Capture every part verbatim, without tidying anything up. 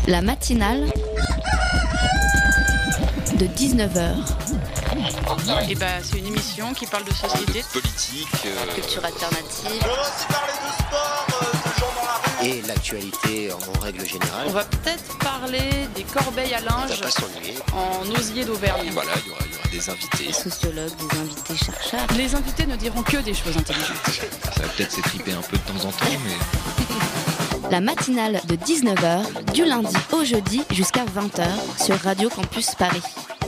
La matinale de dix-neuf heures. Et bah, c'est une émission qui parle de société, de politique, euh... culture alternative. On va aussi parler de sport, euh, de gens dans la rue. Et l'actualité en règle générale. On va peut-être parler des corbeilles à linge On va pas s'ennuyer. en osier d'Auvergne. Voilà, il y aura, il y aura des invités. Des sociologues, des invités chercheurs. Les invités ne diront que des choses intelligentes. Ça va peut-être s'étriper un peu de temps en temps, mais... La matinale de dix-neuf heures, du lundi au jeudi jusqu'à vingt heures sur Radio Campus Paris.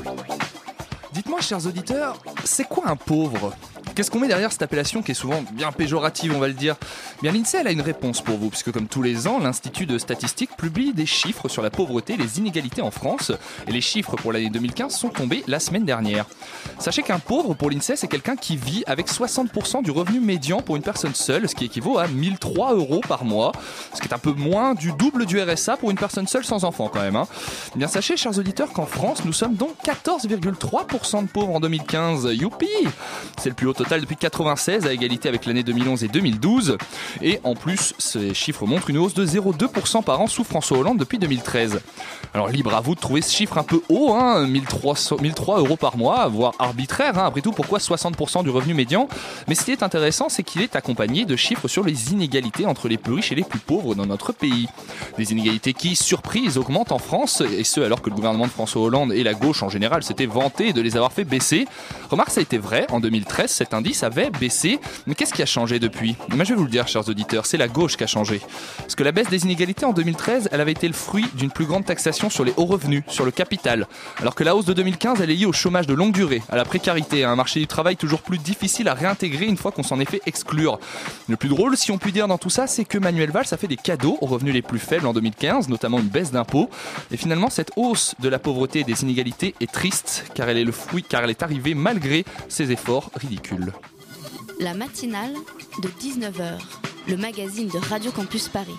Dites-moi, chers auditeurs, c'est quoi un pauvre ? Qu'est-ce qu'on met derrière cette appellation qui est souvent bien péjorative, on va le dire ? Bien, l'INSEE, elle a une réponse pour vous, puisque comme tous les ans, l'Institut de statistique publie des chiffres sur la pauvreté et les inégalités en France. Et les chiffres pour l'année deux mille quinze sont tombés la semaine dernière. Sachez qu'un pauvre, pour l'INSEE, c'est quelqu'un qui vit avec soixante pour cent du revenu médian pour une personne seule, ce qui équivaut à mille trois euros par mois, ce qui est un peu moins du double du R S A pour une personne seule sans enfant quand même. Hein. Bien, sachez, chers auditeurs, qu'en France, nous sommes donc quatorze virgule trois pour cent de pauvres en deux mille quinze. Youpi ! C'est le plus haut total depuis quatre-vingt-seize, à égalité avec l'année deux mille onze et deux mille douze. Et en plus, ces chiffres montrent une hausse de zéro virgule deux pour cent par an sous François Hollande depuis deux mille treize. Alors libre à vous de trouver ce chiffre un peu haut, hein, mille trois euros par mois, voire arbitraire. Hein. Après tout, pourquoi soixante pour cent du revenu médian ? Mais ce qui est intéressant, c'est qu'il est accompagné de chiffres sur les inégalités entre les plus riches et les plus pauvres dans notre pays. Des inégalités qui, surprise, augmentent en France, et ce alors que le gouvernement de François Hollande et la gauche en général s'étaient vantés de les avoir fait baisser. Remarque, ça a été vrai, en deux mille treize, cet indice avait baissé. Mais qu'est-ce qui a changé depuis ? Mais je vais vous le dire, chers auditeurs, c'est la gauche qui a changé. Parce que la baisse des inégalités en deux mille treize, elle avait été le fruit d'une plus grande taxation sur les hauts revenus, sur le capital. Alors que la hausse de deux mille quinze, elle est liée au chômage de longue durée, à la précarité, à un marché du travail toujours plus difficile à réintégrer une fois qu'on s'en est fait exclure. Le plus drôle, si on peut dire dans tout ça, c'est que Manuel Valls a fait des cadeaux aux revenus les plus faibles en deux mille quinze, notamment une baisse d'impôts. Et finalement, cette hausse de la pauvreté et des inégalités est triste, car elle est le fruit, car elle est arrivée malgré ses efforts ridicules. La matinale de dix-neuf heures, le magazine de Radio Campus Paris.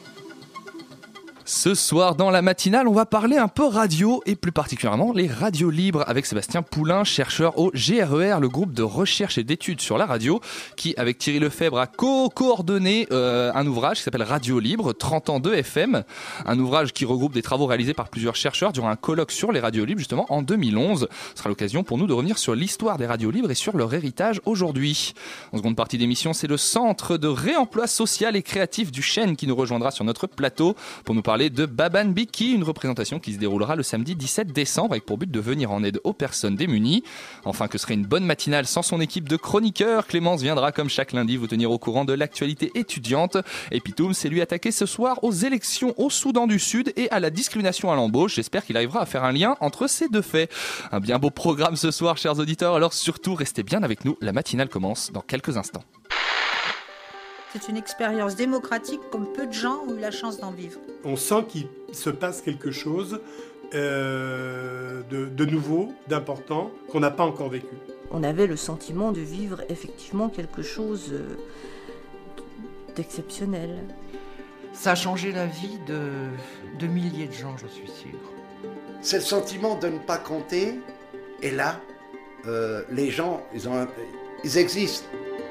Ce soir, dans la matinale, on va parler un peu radio et plus particulièrement les radios libres avec Sébastien Poulain, chercheur au G R E R, le groupe de recherche et d'études sur la radio, qui, avec Thierry Lefebvre, a co-coordonné euh, un ouvrage qui s'appelle Radio Libre, trente ans de F M, un ouvrage qui regroupe des travaux réalisés par plusieurs chercheurs durant un colloque sur les radios libres, justement en deux mille onze. Ce sera l'occasion pour nous de revenir sur l'histoire des radios libres et sur leur héritage aujourd'hui. En seconde partie d'émission, c'est le Centre de réemploi social et créatif du Chêne qui nous rejoindra sur notre plateau pour nous parler de Baban Biki, une représentation qui se déroulera le samedi dix-sept décembre avec pour but de venir en aide aux personnes démunies. Enfin, que serait une bonne matinale sans son équipe de chroniqueurs. Clémence viendra comme chaque lundi vous tenir au courant de l'actualité étudiante. Et Pitoum s'est lui attaqué ce soir aux élections au Soudan du Sud et à la discrimination à l'embauche. J'espère qu'il arrivera à faire un lien entre ces deux faits. Un bien beau programme ce soir, chers auditeurs. Alors surtout, restez bien avec nous. La matinale commence dans quelques instants. C'est une expérience démocratique comme peu de gens ont eu la chance d'en vivre. On sent qu'il se passe quelque chose euh, de, de nouveau, d'important, qu'on n'a pas encore vécu. On avait le sentiment de vivre effectivement quelque chose d'exceptionnel. Ça a changé la vie de, de milliers de gens, je suis sûr. C'est le sentiment de ne pas compter, et là, euh, les gens, ils, ont, ils existent.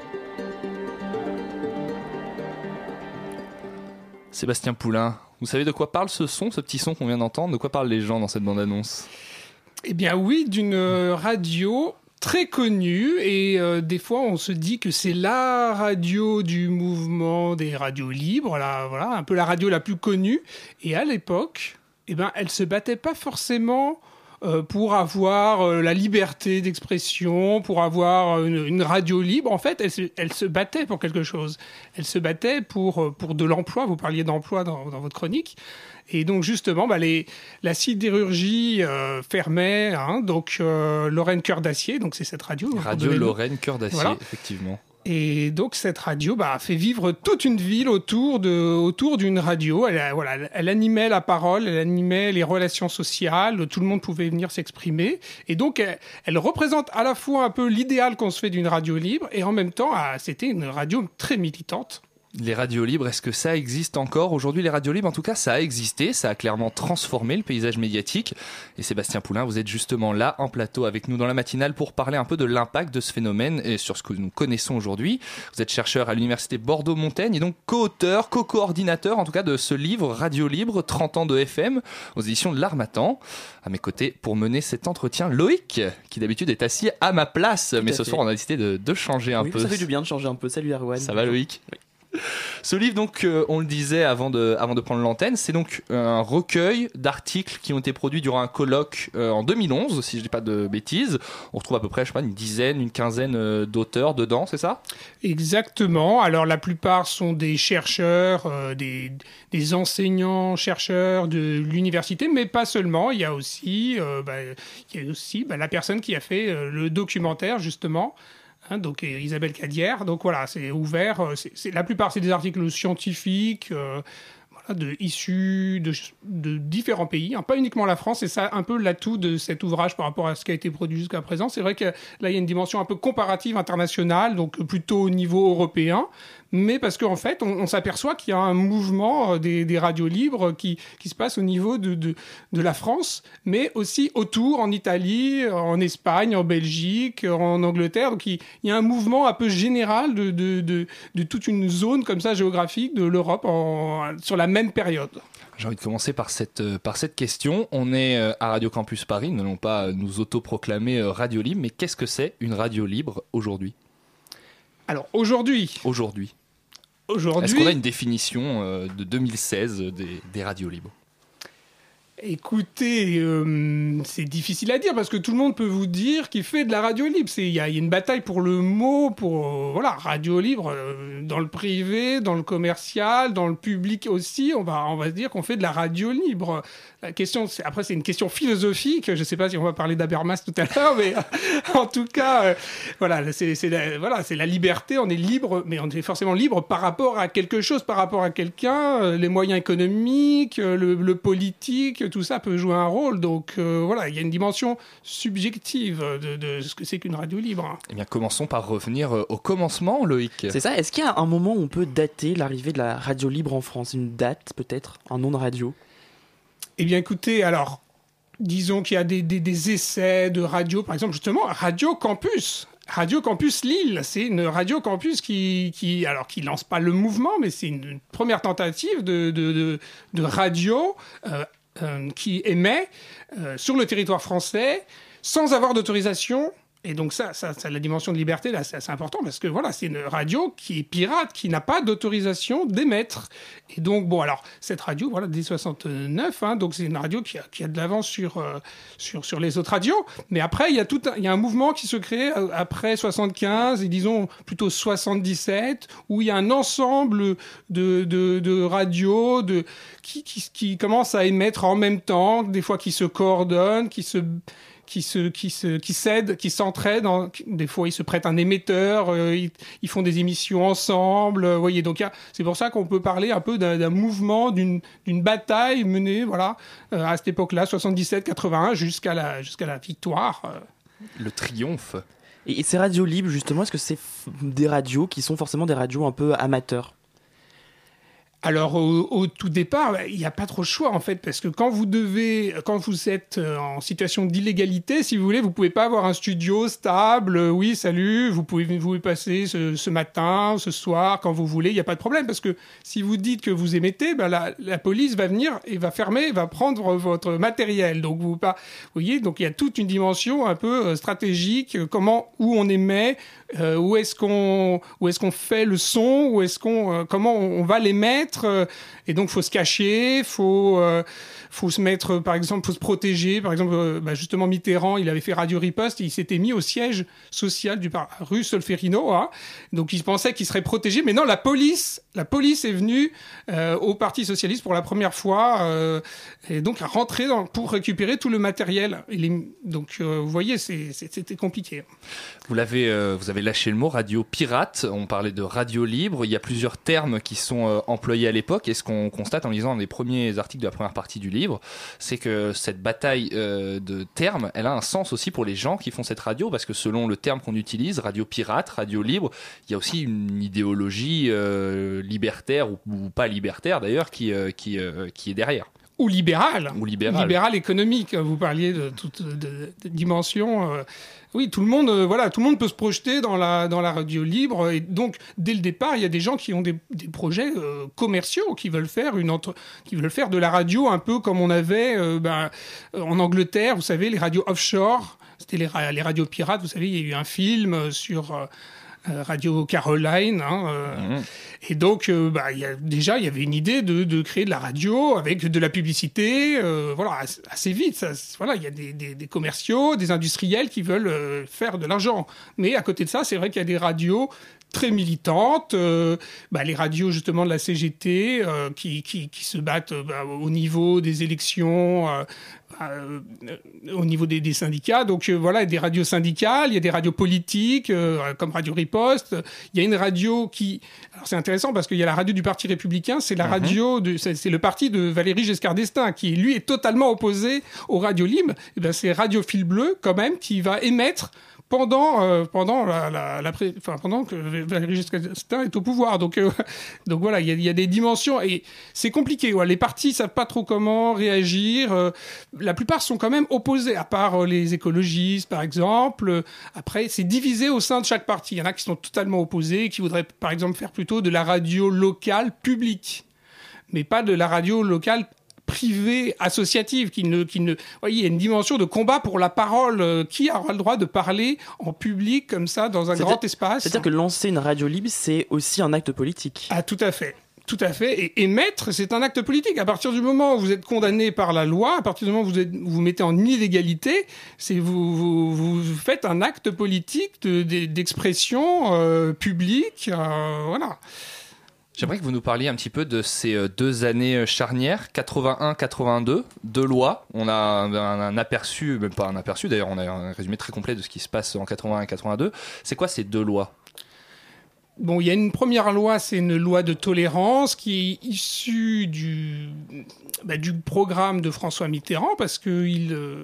Sébastien Poulain, vous savez de quoi parle ce son, ce petit son qu'on vient d'entendre ? De quoi parlent les gens dans cette bande-annonce ? Eh bien oui, d'une radio très connue et euh, des fois on se dit que c'est la radio du mouvement des radios libres, là, voilà, un peu la radio la plus connue. Et à l'époque, eh ben, elle se battait pas forcément euh, pour avoir euh, la liberté d'expression, pour avoir une, une radio libre. En fait, elle se, elle se battait pour quelque chose. Elle se battait pour, pour de l'emploi. Vous parliez d'emploi dans, dans votre chronique. Et donc justement, bah, les, la sidérurgie euh, fermait, hein, donc euh, Lorraine Cœur d'Acier, donc c'est cette radio. Radio Lorraine Cœur d'Acier, voilà. Effectivement. Et donc cette radio bah, a fait vivre toute une ville autour, de, autour d'une radio. Elle, voilà, elle animait la parole, elle animait les relations sociales, tout le monde pouvait venir s'exprimer. Et donc elle, elle représente à la fois un peu l'idéal qu'on se fait d'une radio libre et en même temps, ah, c'était une radio très militante. Les radios libres, est-ce que ça existe encore aujourd'hui? Les radios libres, en tout cas, ça a existé, ça a clairement transformé le paysage médiatique. Et Sébastien Poulain, vous êtes justement là, en plateau, avec nous dans la matinale pour parler un peu de l'impact de ce phénomène et sur ce que nous connaissons aujourd'hui. Vous êtes chercheur à l'université Bordeaux-Montaigne et donc co-auteur, co-coordinateur, en tout cas, de ce livre Radio Libre, trente ans de F M, aux éditions de l'Harmattan. À mes côtés, pour mener cet entretien, Loïc, qui d'habitude est assis à ma place, tout mais ce fait. soir, on a décidé de, de changer un oui, peu. Ça fait du bien de changer un peu. Salut Erwan. Ça va, Loïc? Oui. Ce livre, donc, euh, on le disait avant de, avant de prendre l'antenne, c'est donc un recueil d'articles qui ont été produits durant un colloque euh, en deux mille onze, si je ne dis pas de bêtises. On retrouve à peu près, je sais pas, une dizaine, une quinzaine euh, d'auteurs dedans, c'est ça? Exactement. Alors, la plupart sont des chercheurs, euh, des, des enseignants, chercheurs de l'université, mais pas seulement. Il y a aussi, euh, bah, il y a aussi bah, la personne qui a fait euh, le documentaire, justement. Hein, donc Isabelle Cadière, donc voilà, c'est ouvert. C'est, c'est, la plupart, c'est des articles scientifiques, euh, voilà, de, issus de, de différents pays, hein, pas uniquement la France. C'est ça un peu l'atout de cet ouvrage par rapport à ce qui a été produit jusqu'à présent. C'est vrai que là, il y a une dimension un peu comparative internationale, donc plutôt au niveau européen. Mais parce qu'en fait, on, on s'aperçoit qu'il y a un mouvement des, des radios libres qui, qui se passe au niveau de, de, de la France, mais aussi autour, en Italie, en Espagne, en Belgique, en Angleterre. Donc il, il y a un mouvement un peu général de, de, de, de toute une zone comme ça géographique de l'Europe en, sur la même période. J'ai envie de commencer par cette, par cette question. On est à Radio Campus Paris, nous n'allons pas nous autoproclamer radio libre, mais qu'est-ce que c'est une radio libre aujourd'hui ? Alors, aujourd'hui... Aujourd'hui. Aujourd'hui... Est-ce qu'on a une définition euh, de deux mille seize des, des radios libres ? Écoutez, euh, c'est difficile à dire parce que tout le monde peut vous dire qu'il fait de la radio libre. Il y, y a une bataille pour le mot, pour euh, voilà, radio libre, euh, dans le privé, dans le commercial, dans le public aussi. On va, on va se dire qu'on fait de la radio libre. La question, c'est, après, c'est une question philosophique. Je ne sais pas si on va parler d'Habermas tout à l'heure, mais en tout cas, euh, voilà, c'est, c'est, la, voilà, c'est la liberté. On est libre, mais on est forcément libre par rapport à quelque chose, par rapport à quelqu'un. Euh, les moyens économiques, euh, le, le politique, tout ça peut jouer un rôle. Donc euh, voilà, il y a une dimension subjective de, de ce que c'est qu'une radio libre. Eh bien, commençons par revenir au commencement, Loïc. C'est ça. Est-ce qu'il y a un moment où on peut dater l'arrivée de la radio libre en France ? Une date, peut-être ? Un nom de radio ? Eh bien, écoutez, alors, disons qu'il y a des, des, des essais de radio, par exemple, justement, Radio Campus. Radio Campus Lille, c'est une radio campus qui, qui, alors, qui lance pas le mouvement, mais c'est une, une première tentative de, de, de, de radio euh, euh, qui émet euh, sur le territoire français sans avoir d'autorisation. Et donc ça, ça, ça, la dimension de liberté, là, c'est assez important parce que voilà, c'est une radio qui est pirate, qui n'a pas d'autorisation d'émettre. Et donc, bon, alors, cette radio, voilà, dès soixante-neuf, hein, donc c'est une radio qui a, qui a de l'avance sur, euh, sur, sur les autres radios. Mais après, il y a tout un, il y a un mouvement qui se crée après soixante-quinze, et disons plutôt soixante-dix-sept, où il y a un ensemble de, de, de radios de, qui, qui, qui commencent à émettre en même temps, des fois qui se coordonnent, qui se... qui se qui se qui s'aident, qui s'entraident, en, des fois ils se prêtent un émetteur, euh, ils, ils font des émissions ensemble, euh, voyez, donc y a, c'est pour ça qu'on peut parler un peu d'un, d'un mouvement, d'une d'une bataille menée, voilà, euh, à cette époque-là, soixante-dix-sept quatre-vingt-un, jusqu'à la jusqu'à la victoire. Euh. Le triomphe. Et, et ces radios libres, justement, est-ce que c'est f- des radios qui sont forcément des radios un peu amateurs ? Alors, au, au tout départ, il n'y a pas trop de choix, en fait, parce que quand vous devez, quand vous êtes en situation d'illégalité, si vous voulez, vous ne pouvez pas avoir un studio stable. Oui, salut, vous pouvez, vous pouvez passer ce, ce matin, ce soir, quand vous voulez, il n'y a pas de problème, parce que si vous dites que vous émettez, ben la, la police va venir et va fermer, va prendre votre matériel. Donc, vous, pas, vous voyez, donc il y a toute une dimension un peu stratégique, comment, où on émet, euh, où est-ce qu'on, où est-ce qu'on fait le son, où est-ce qu'on, euh, comment on, on va l'émettre. Et donc, il faut se cacher, il faut, euh, faut se mettre, par exemple, il faut se protéger. Par exemple, euh, bah justement, Mitterrand, il avait fait Radio Riposte, il s'était mis au siège social du par- rue Solferino. Hein. Donc, il pensait qu'il serait protégé. Mais non, la police, la police est venue euh, au Parti Socialiste pour la première fois euh, et donc a rentré dans, pour récupérer tout le matériel. Et les, donc, euh, vous voyez, c'est, c'est, c'était compliqué. Vous, l'avez, euh, vous avez lâché le mot radio pirate. On parlait de radio libre. Il y a plusieurs termes qui sont euh, employés employé à l'époque. Et ce qu'on constate en lisant les premiers articles de la première partie du livre, c'est que cette bataille euh, de termes, elle a un sens aussi pour les gens qui font cette radio, parce que selon le terme qu'on utilise, radio pirate, radio libre, il y a aussi une idéologie euh, libertaire ou, ou pas libertaire d'ailleurs qui, euh, qui, euh, qui est derrière. Ou libéral. Ou libéral. Libéral économique. Vous parliez de toute de, de, de dimension. Euh, oui, tout le monde, euh, voilà, tout le monde peut se projeter dans la dans la radio libre. Et donc, dès le départ, il y a des gens qui ont des, des projets euh, commerciaux, qui veulent faire une entre, qui veulent faire de la radio un peu comme on avait euh, ben, en Angleterre. Vous savez, les radios offshore. C'était les, les radios pirates. Vous savez, il y a eu un film sur euh, Radio Caroline. Hein, euh, mmh. Et donc, euh, bah, y a, déjà, il y avait une idée de, de créer de la radio avec de la publicité. Euh, voilà, assez vite. Ça, voilà, il y a des, des, des commerciaux, des industriels qui veulent euh, faire de l'argent. Mais à côté de ça, c'est vrai qu'il y a des radios très militantes, euh, bah, les radios justement de la C G T euh, qui, qui, qui se battent euh, bah, au niveau des élections, euh, euh, au niveau des, des syndicats. Donc euh, voilà, il y a des radios syndicales, il y a des radios politiques euh, comme Radio Riposte. Il y a une radio qui... Alors c'est intéressant parce qu'il y a la radio du Parti républicain, c'est la radio, de, c'est, c'est le parti de Valéry Giscard d'Estaing qui lui est totalement opposé aux radios libres. Et ben, c'est Radio Fil Bleu quand même qui va émettre pendant euh, pendant la, la, la pré... enfin pendant que Valéry Giscard d'Estaing est au pouvoir. Donc euh, donc voilà, il y a, y a des dimensions et c'est compliqué. Ouais. Les partis savent pas trop comment réagir. Euh, la plupart sont quand même opposés, à part euh, les écologistes par exemple. Après, c'est divisé au sein de chaque parti. Il y en a qui sont totalement opposés, qui voudraient par exemple faire plutôt de la radio locale publique, mais pas de la radio locale privée, associative, qui ne, qui ne, voyez, il y a une dimension de combat pour la parole. Euh, qui aura le droit de parler en public comme ça dans un c'est grand espace? C'est-à-dire que lancer une radio libre, c'est aussi un acte politique. Ah, tout à fait. Tout à fait. Et émettre, c'est un acte politique. À partir du moment où vous êtes condamné par la loi, à partir du moment où vous êtes, vous, vous mettez en illégalité, c'est vous, vous, vous faites un acte politique de, de, d'expression euh, publique. Euh, voilà. J'aimerais que vous nous parliez un petit peu de ces deux années charnières, quatre-vingt-un quatre-vingt-deux, deux lois. On a un, un aperçu, même pas un aperçu, d'ailleurs on a un résumé très complet de ce qui se passe en quatre-vingt-un et quatre-vingt-deux. C'est quoi ces deux lois ? Bon, il y a une première loi, c'est une loi de tolérance qui est issue du, bah, du programme de François Mitterrand, parce qu'il euh,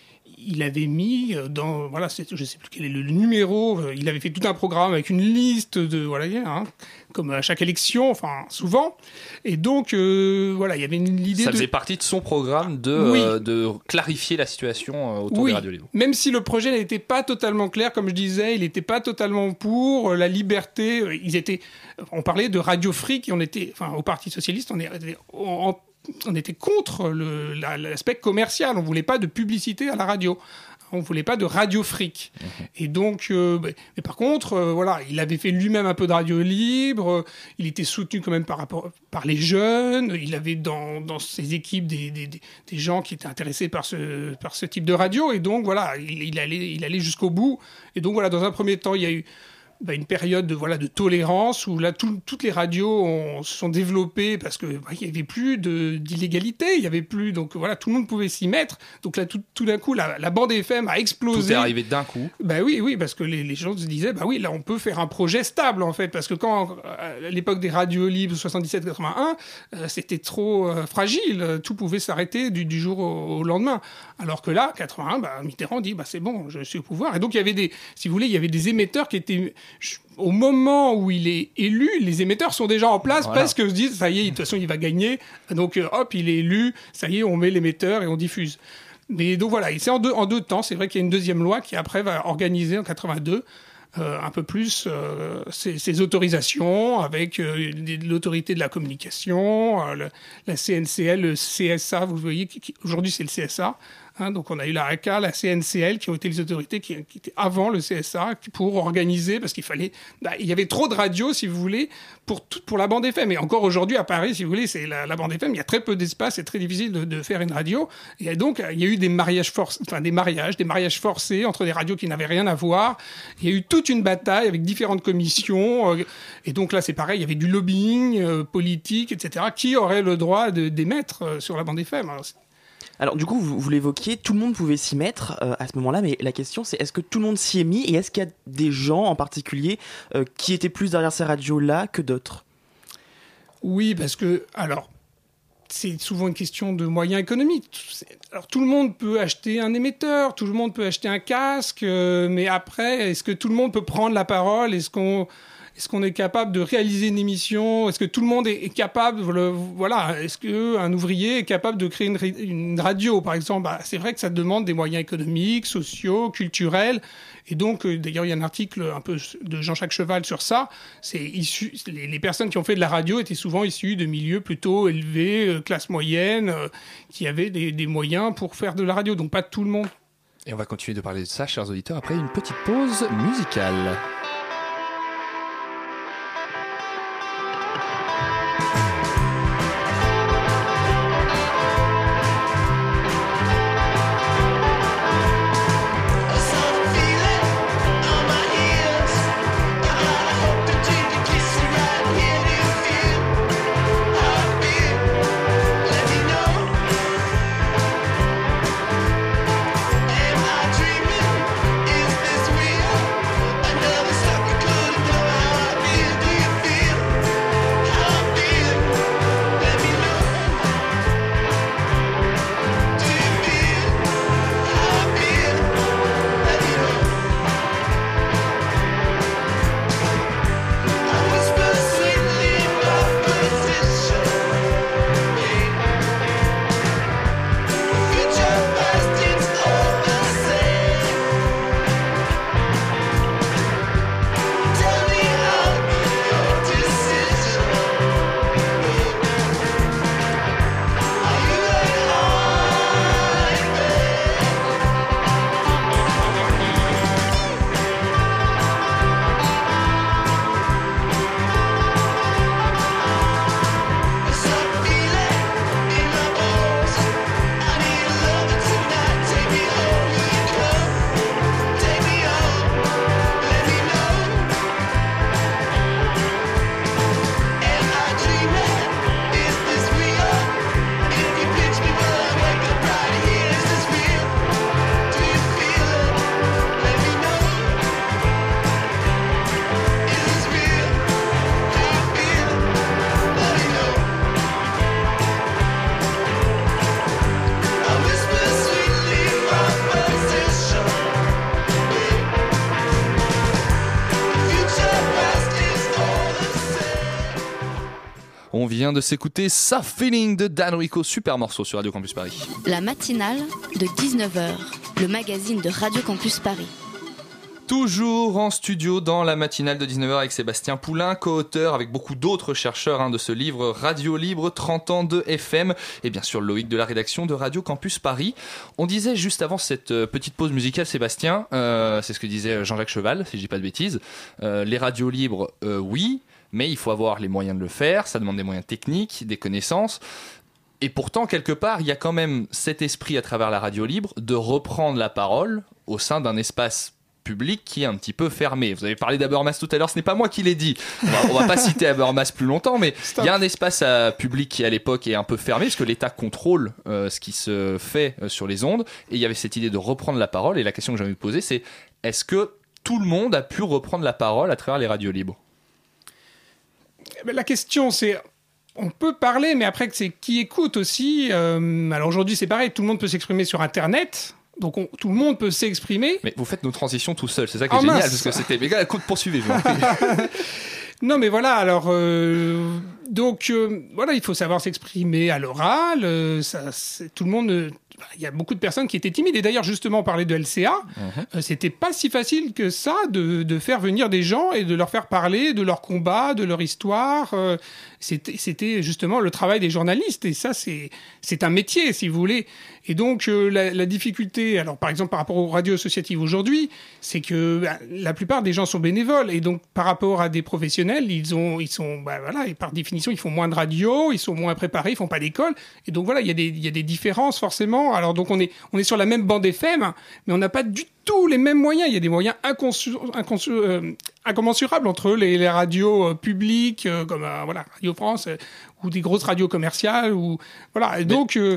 il avait mis dans, voilà, c'est, je ne sais plus quel est le, le numéro, il avait fait tout un programme avec une liste de, voilà, hein, comme à chaque élection, enfin souvent, et donc euh, voilà, il y avait une, l'idée. Ça de... faisait partie de son programme de, oui. euh, de clarifier la situation autour oui. des radios libres. Même si le projet n'était pas totalement clair, comme je disais, il n'était pas totalement pour la liberté. Ils étaient, on parlait de radio fric, et on était, enfin au Parti socialiste, on était en on était contre le, la, l'aspect commercial. On voulait pas de publicité à la radio. On voulait pas de radio fric. Mmh. Et donc, euh, bah, mais par contre, euh, voilà, il avait fait lui-même un peu de radio libre. Euh, il était soutenu quand même par rapport par les jeunes. Il avait dans dans ses équipes des des, des, des gens qui étaient intéressés par ce par ce type de radio. Et donc voilà, il, il allait il allait jusqu'au bout. Et donc voilà, dans un premier temps, il y a eu bah, une période de, voilà, de tolérance où là, tout, toutes les radios ont, se sont développées parce qu'il bah, n'y avait plus de, d'illégalité, il n'y avait plus, donc voilà, tout le monde pouvait s'y mettre. Donc là, tout, tout d'un coup, la, la bande F M a explosé. Tout est arrivé d'un coup. Bah oui, oui, parce que les, les gens se disaient, bah oui, là, on peut faire un projet stable, en fait, parce que quand, à l'époque des radios libres, soixante-dix-sept quatre-vingt-un, euh, c'était trop euh, fragile, tout pouvait s'arrêter du, du jour au, au lendemain. Alors que là, quatre-vingt-un, bah, Mitterrand dit, bah c'est bon, je suis au pouvoir. Et donc, il y avait des, si vous voulez, il y avait des émetteurs qui étaient... Au moment où il est élu, les émetteurs sont déjà en place, voilà. Parce que se disent, ça y est, de toute façon, il va gagner. Donc, hop, il est élu, ça y est, on met l'émetteur et on diffuse. Mais donc voilà, c'est en deux, en deux temps. C'est vrai qu'il y a une deuxième loi qui, après, va organiser en quatre-vingt-deux euh, un peu plus euh, ces, ces autorisations avec euh, l'autorité de la communication, euh, le, la C N C L, le C S A, vous voyez, qui, qui, aujourd'hui, c'est le C S A. Hein, donc on a eu la A C A, la C N C L qui ont été les autorités qui, qui étaient avant le C S A pour organiser, parce qu'il fallait, bah, il y avait trop de radios si vous voulez pour tout, pour la bande F M. Et encore aujourd'hui à Paris, si vous voulez, c'est la, la bande F M, il y a très peu d'espace, c'est très difficile de, de faire une radio. Et donc il y a eu des mariages forcés, enfin des mariages, des mariages forcés entre des radios qui n'avaient rien à voir. Il y a eu toute une bataille avec différentes commissions. Euh, et donc là c'est pareil, il y avait du lobbying euh, politique, et cetera. Qui aurait le droit de, d'émettre euh, sur la bande F M? Alors, Alors du coup, vous, vous l'évoquiez, tout le monde pouvait s'y mettre euh, à ce moment-là, mais la question c'est est-ce que tout le monde s'y est mis et est-ce qu'il y a des gens en particulier euh, qui étaient plus derrière ces radios-là que d'autres ? Oui, parce que, alors, c'est souvent une question de moyens économiques. Alors, tout le monde peut acheter un émetteur, tout le monde peut acheter un casque, euh, mais après, est-ce que tout le monde peut prendre la parole ? Est-ce qu'on... Est-ce qu'on est capable de réaliser une émission ? Est-ce que tout le monde est, est capable, voilà, est-ce qu'un ouvrier est capable de créer une, une radio, par exemple ? Bah, c'est vrai que ça demande des moyens économiques, sociaux, culturels. Et donc, euh, d'ailleurs, il y a un article un peu de Jean-Jacques Cheval sur ça. C'est issu, les, les personnes qui ont fait de la radio étaient souvent issues de milieux plutôt élevés, euh, classe moyenne, euh, qui avaient des, des moyens pour faire de la radio. Donc, pas tout le monde. Et on va continuer de parler de ça, chers auditeurs, après une petite pause musicale. On vient de s'écouter Soft Feeling de Dan Rico, super morceau sur Radio Campus Paris. La matinale de dix-neuf heures, le magazine de Radio Campus Paris. Toujours en studio dans la matinale de dix-neuf heures avec Sébastien Poulain, co-auteur avec beaucoup d'autres chercheurs hein, de ce livre Radio Libre, trente ans de F M, et bien sûr Loïc de la rédaction de Radio Campus Paris. On disait juste avant cette petite pause musicale, Sébastien, euh, c'est ce que disait Jean-Jacques Cheval, si je dis pas de bêtises, euh, les radios libres, euh, oui, mais il faut avoir les moyens de le faire, ça demande des moyens techniques, des connaissances. Et pourtant, quelque part, il y a quand même cet esprit à travers la radio libre de reprendre la parole au sein d'un espace public qui est un petit peu fermé. Vous avez parlé d'Habermas tout à l'heure, ce n'est pas moi qui l'ai dit. On va, on va pas citer Habermas plus longtemps, mais il y a un espace à, public qui à l'époque est un peu fermé parce que l'État contrôle euh, ce qui se fait euh, sur les ondes. Et il y avait cette idée de reprendre la parole. Et la question que j'ai envie de poser, c'est est-ce que tout le monde a pu reprendre la parole à travers les radios libres ? La question, c'est on peut parler, mais après, c'est qui écoute aussi. Euh, alors aujourd'hui, c'est pareil, tout le monde peut s'exprimer sur Internet. Donc on, tout le monde peut s'exprimer. Mais vous faites nos transitions tout seul, c'est ça qui est oh, génial, mince. parce que c'était méga. Poursuivez-vous. Non, mais voilà, alors, euh, donc, euh, voilà, il faut savoir s'exprimer à l'oral. Euh, ça, c'est, tout le monde. Euh, il y a beaucoup de personnes qui étaient timides. Et d'ailleurs, justement, on parlait de L C A. Mm-hmm. Euh, c'était pas si facile que ça de, de faire venir des gens et de leur faire parler de leur combat, de leur histoire. Euh, c'était, c'était justement le travail des journalistes. Et ça, c'est, c'est un métier, si vous voulez. Et donc, euh, la, la difficulté, alors par exemple, par rapport aux radios associatives aujourd'hui, c'est que bah, la plupart des gens sont bénévoles. Et donc, par rapport à des professionnels, ils, ont, ils sont, bah, voilà, et par définition, ils font moins de radio, ils sont moins préparés, ils font pas d'école. Et donc, voilà, il y a des, il y a des différences, forcément. Alors, donc, on est, on est sur la même bande F M, mais on n'a pas du tout les mêmes moyens. Il y a des moyens inconsu- inconsu- euh, incommensurables entre les, les radios euh, publiques, euh, comme euh, voilà, Radio France, euh, ou des grosses radios commerciales. Ou, voilà. Et donc... Euh,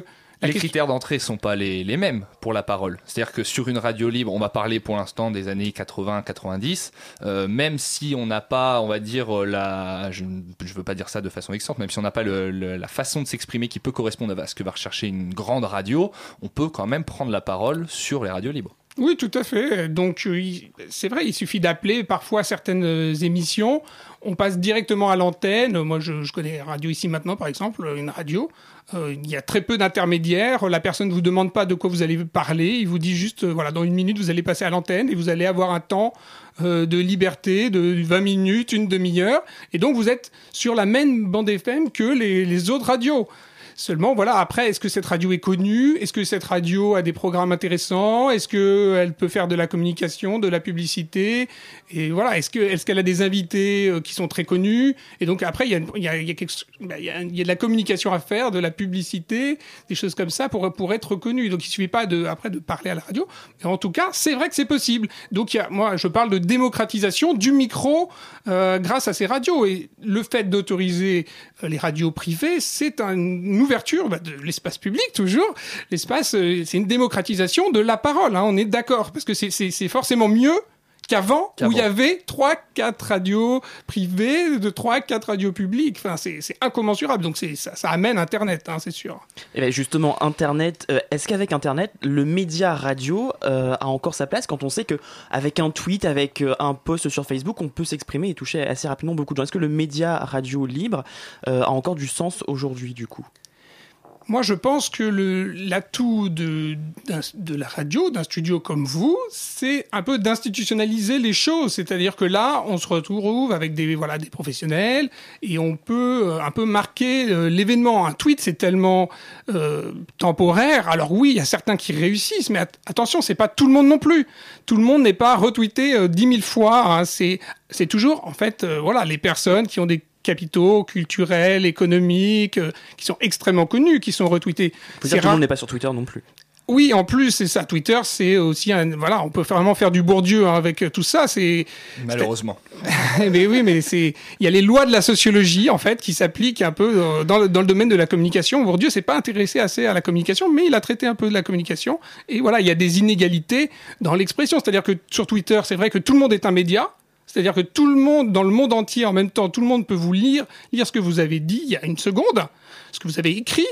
Les critères d'entrée ne sont pas les, les mêmes pour la parole. C'est-à-dire que sur une radio libre, on va parler pour l'instant des années quatre-vingts quatre-vingt-dix, euh, même si on n'a pas, on va dire, la, je ne veux pas dire ça de façon excellente, même si on n'a pas le, le, la façon de s'exprimer qui peut correspondre à ce que va rechercher une grande radio, on peut quand même prendre la parole sur les radios libres. Oui, tout à fait. Donc, il, c'est vrai, il suffit d'appeler parfois certaines émissions. On passe directement à l'antenne. Moi, je, je connais Radio Ici Maintenant, par exemple, une radio. Euh, il y a très peu d'intermédiaires. La personne ne vous demande pas de quoi vous allez parler. Il vous dit juste, euh, voilà, dans une minute, vous allez passer à l'antenne et vous allez avoir un temps euh, de liberté de vingt minutes, une demi-heure. Et donc, vous êtes sur la même bande F M que les, les autres radios. Seulement, voilà, après, est-ce que cette radio est connue ? Est-ce que cette radio a des programmes intéressants ? Est-ce qu'elle peut faire de la communication, de la publicité ? Et voilà, est-ce, que, est-ce qu'elle a des invités euh, qui sont très connus ? Et donc, après, il y a, il y a, il y a quelque, il y a, il y a de la communication à faire, de la publicité, des choses comme ça pour, pour être connu. Donc, il ne suffit pas de, après de parler à la radio. Mais en tout cas, c'est vrai que c'est possible. Donc, il y a, moi, je parle de démocratisation du micro euh, grâce à ces radios. Et le fait d'autoriser les radios privées, c'est un ouverture bah, de l'espace public, toujours. L'espace, euh, c'est une démocratisation de la parole, hein, on est d'accord, parce que c'est, c'est, c'est forcément mieux qu'avant, qu'avant, où il y avait trois quatre radios privées, de trois quatre radios publiques. Enfin, c'est, c'est incommensurable, donc c'est, ça, ça amène Internet, hein, c'est sûr. Et bien justement, Internet, euh, est-ce qu'avec Internet, le média radio euh, a encore sa place quand on sait qu'avec un tweet, avec euh, un post sur Facebook, on peut s'exprimer et toucher assez rapidement beaucoup de gens ? Est-ce que le média radio libre euh, a encore du sens aujourd'hui, du coup ? Moi, je pense que le, l'atout de, de la radio, d'un studio comme vous, c'est un peu d'institutionnaliser les choses. C'est-à-dire que là, on se retrouve avec des, voilà, des professionnels et on peut euh, un peu marquer euh, l'événement. Un tweet, c'est tellement euh, temporaire. Alors oui, il y a certains qui réussissent, mais at- attention, c'est pas tout le monde non plus. Tout le monde n'est pas retweeté euh, dix mille fois. Hein. C'est, c'est toujours, en fait, euh, voilà, les personnes qui ont des capitaux culturels, économiques, euh, qui sont extrêmement connus, qui sont retweetés. Faut dire que tout le monde n'est pas sur Twitter non plus. Oui, en plus, c'est ça. Twitter, c'est aussi un, voilà, on peut vraiment faire du Bourdieu hein, avec tout ça. C'est malheureusement. mais oui, mais c'est, il y a les lois de la sociologie en fait qui s'appliquent un peu dans le, dans le domaine de la communication. Bourdieu s'est pas intéressé assez à la communication, mais il a traité un peu de la communication. Et voilà, il y a des inégalités dans l'expression. C'est-à-dire que sur Twitter, c'est vrai que tout le monde est un média. C'est-à-dire que tout le monde, dans le monde entier, en même temps, tout le monde peut vous lire, lire ce que vous avez dit il y a une seconde, ce que vous avez écrit.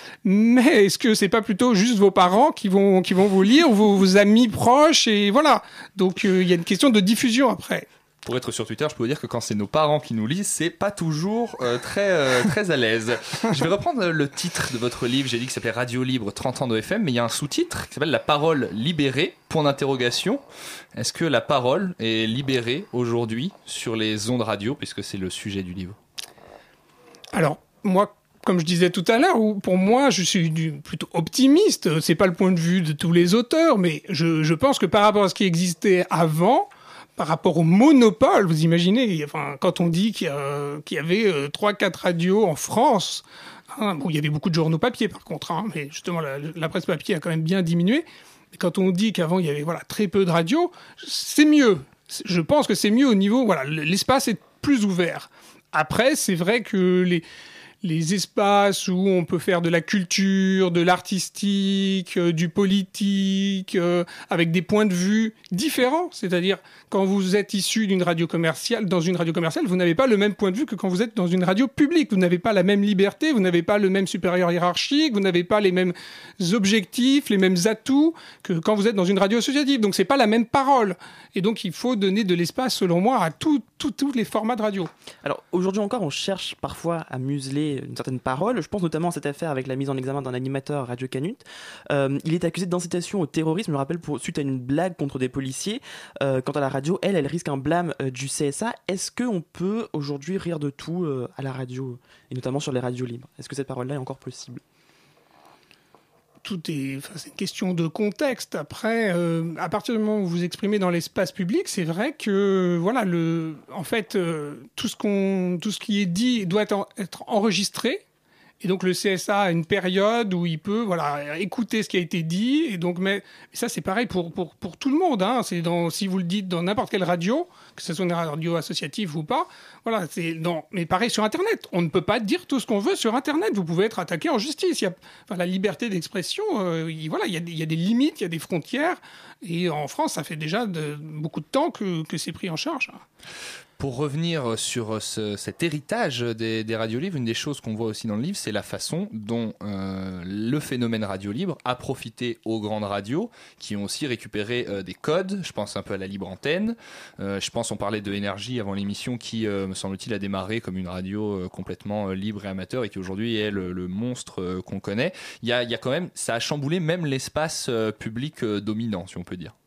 Mais est-ce que c'est pas plutôt juste vos parents qui vont, qui vont vous lire, vos, vos amis proches, et voilà. Donc, euh, il y a une question de diffusion après. Pour être sur Twitter, je peux vous dire que quand c'est nos parents qui nous lisent, c'est pas toujours euh, très, euh, très à l'aise. Je vais reprendre le titre de votre livre. J'ai dit que ça s'appelait Radio Libre, trente ans de F M, mais il y a un sous-titre qui s'appelle La parole libérée, point d'interrogation. Est-ce que la parole est libérée aujourd'hui sur les ondes radio, puisque c'est le sujet du livre ? Alors, moi, comme je disais tout à l'heure, pour moi, je suis du, plutôt optimiste. C'est pas le point de vue de tous les auteurs, mais je, je pense que par rapport à ce qui existait avant, par rapport au monopole, vous imaginez, enfin, quand on dit qu'il y, a, qu'il y avait euh, trois quatre radios en France, hein, bon, il y avait beaucoup de journaux papier par contre, hein, mais justement la, la presse papier a quand même bien diminué. Et quand on dit qu'avant il y avait voilà, très peu de radios, c'est mieux. Je pense que c'est mieux au niveau, voilà, l'espace est plus ouvert. Après, c'est vrai que les... les espaces où on peut faire de la culture, de l'artistique, euh, du politique, euh, avec des points de vue différents. C'est-à-dire, quand vous êtes issu d'une radio commerciale, dans une radio commerciale, vous n'avez pas le même point de vue que quand vous êtes dans une radio publique. Vous n'avez pas la même liberté, vous n'avez pas le même supérieur hiérarchique, vous n'avez pas les mêmes objectifs, les mêmes atouts que quand vous êtes dans une radio associative. Donc, c'est pas la même parole. Et donc, il faut donner de l'espace, selon moi, à tous les formats de radio. Alors, aujourd'hui encore, on cherche parfois à museler une certaine parole. Je pense notamment à cette affaire avec la mise en examen d'un animateur Radio Canut. Euh, il est accusé d'incitation au terrorisme, je me rappelle, pour, suite à une blague contre des policiers. Euh, quant à la radio, elle, elle risque un blâme euh, du C S A. Est-ce qu'on peut aujourd'hui rire de tout euh, à la radio, et notamment sur les radios libres ? Est-ce que cette parole-là est encore possible ? Tout est, enfin, c'est une question de contexte. Après, euh, à partir du moment où vous vous exprimez dans l'espace public, c'est vrai que, voilà, le, en fait, euh, tout ce qu'on, tout ce qui est dit doit être, en, être enregistré. Et donc le C S A a une période où il peut voilà, écouter ce qui a été dit. Et donc, mais, mais ça, c'est pareil pour, pour, pour tout le monde. Hein. C'est dans, si vous le dites dans n'importe quelle radio, que ce soit une radio associative ou pas, voilà, c'est dans, mais pareil sur Internet. On ne peut pas dire tout ce qu'on veut sur Internet. Vous pouvez être attaqué en justice. Il y a, enfin, la liberté d'expression, euh, il, voilà, il, y a des, il y a des limites, il y a des frontières. Et en France, ça fait déjà de, beaucoup de temps que, que c'est pris en charge. Pour revenir sur ce, cet héritage des, des radios libres, une des choses qu'on voit aussi dans le livre, c'est la façon dont euh, le phénomène radio libre a profité aux grandes radios, qui ont aussi récupéré euh, des codes. Je pense un peu à la libre antenne. Euh, je pense, on parlait de Énergie avant l'émission, qui, euh, me semble-t-il, a démarré comme une radio euh, complètement euh, libre et amateur, et qui aujourd'hui est le, le monstre euh, qu'on connaît. Il y a, il y a quand même, ça a chamboulé même l'espace euh, public euh, dominant, si on peut dire.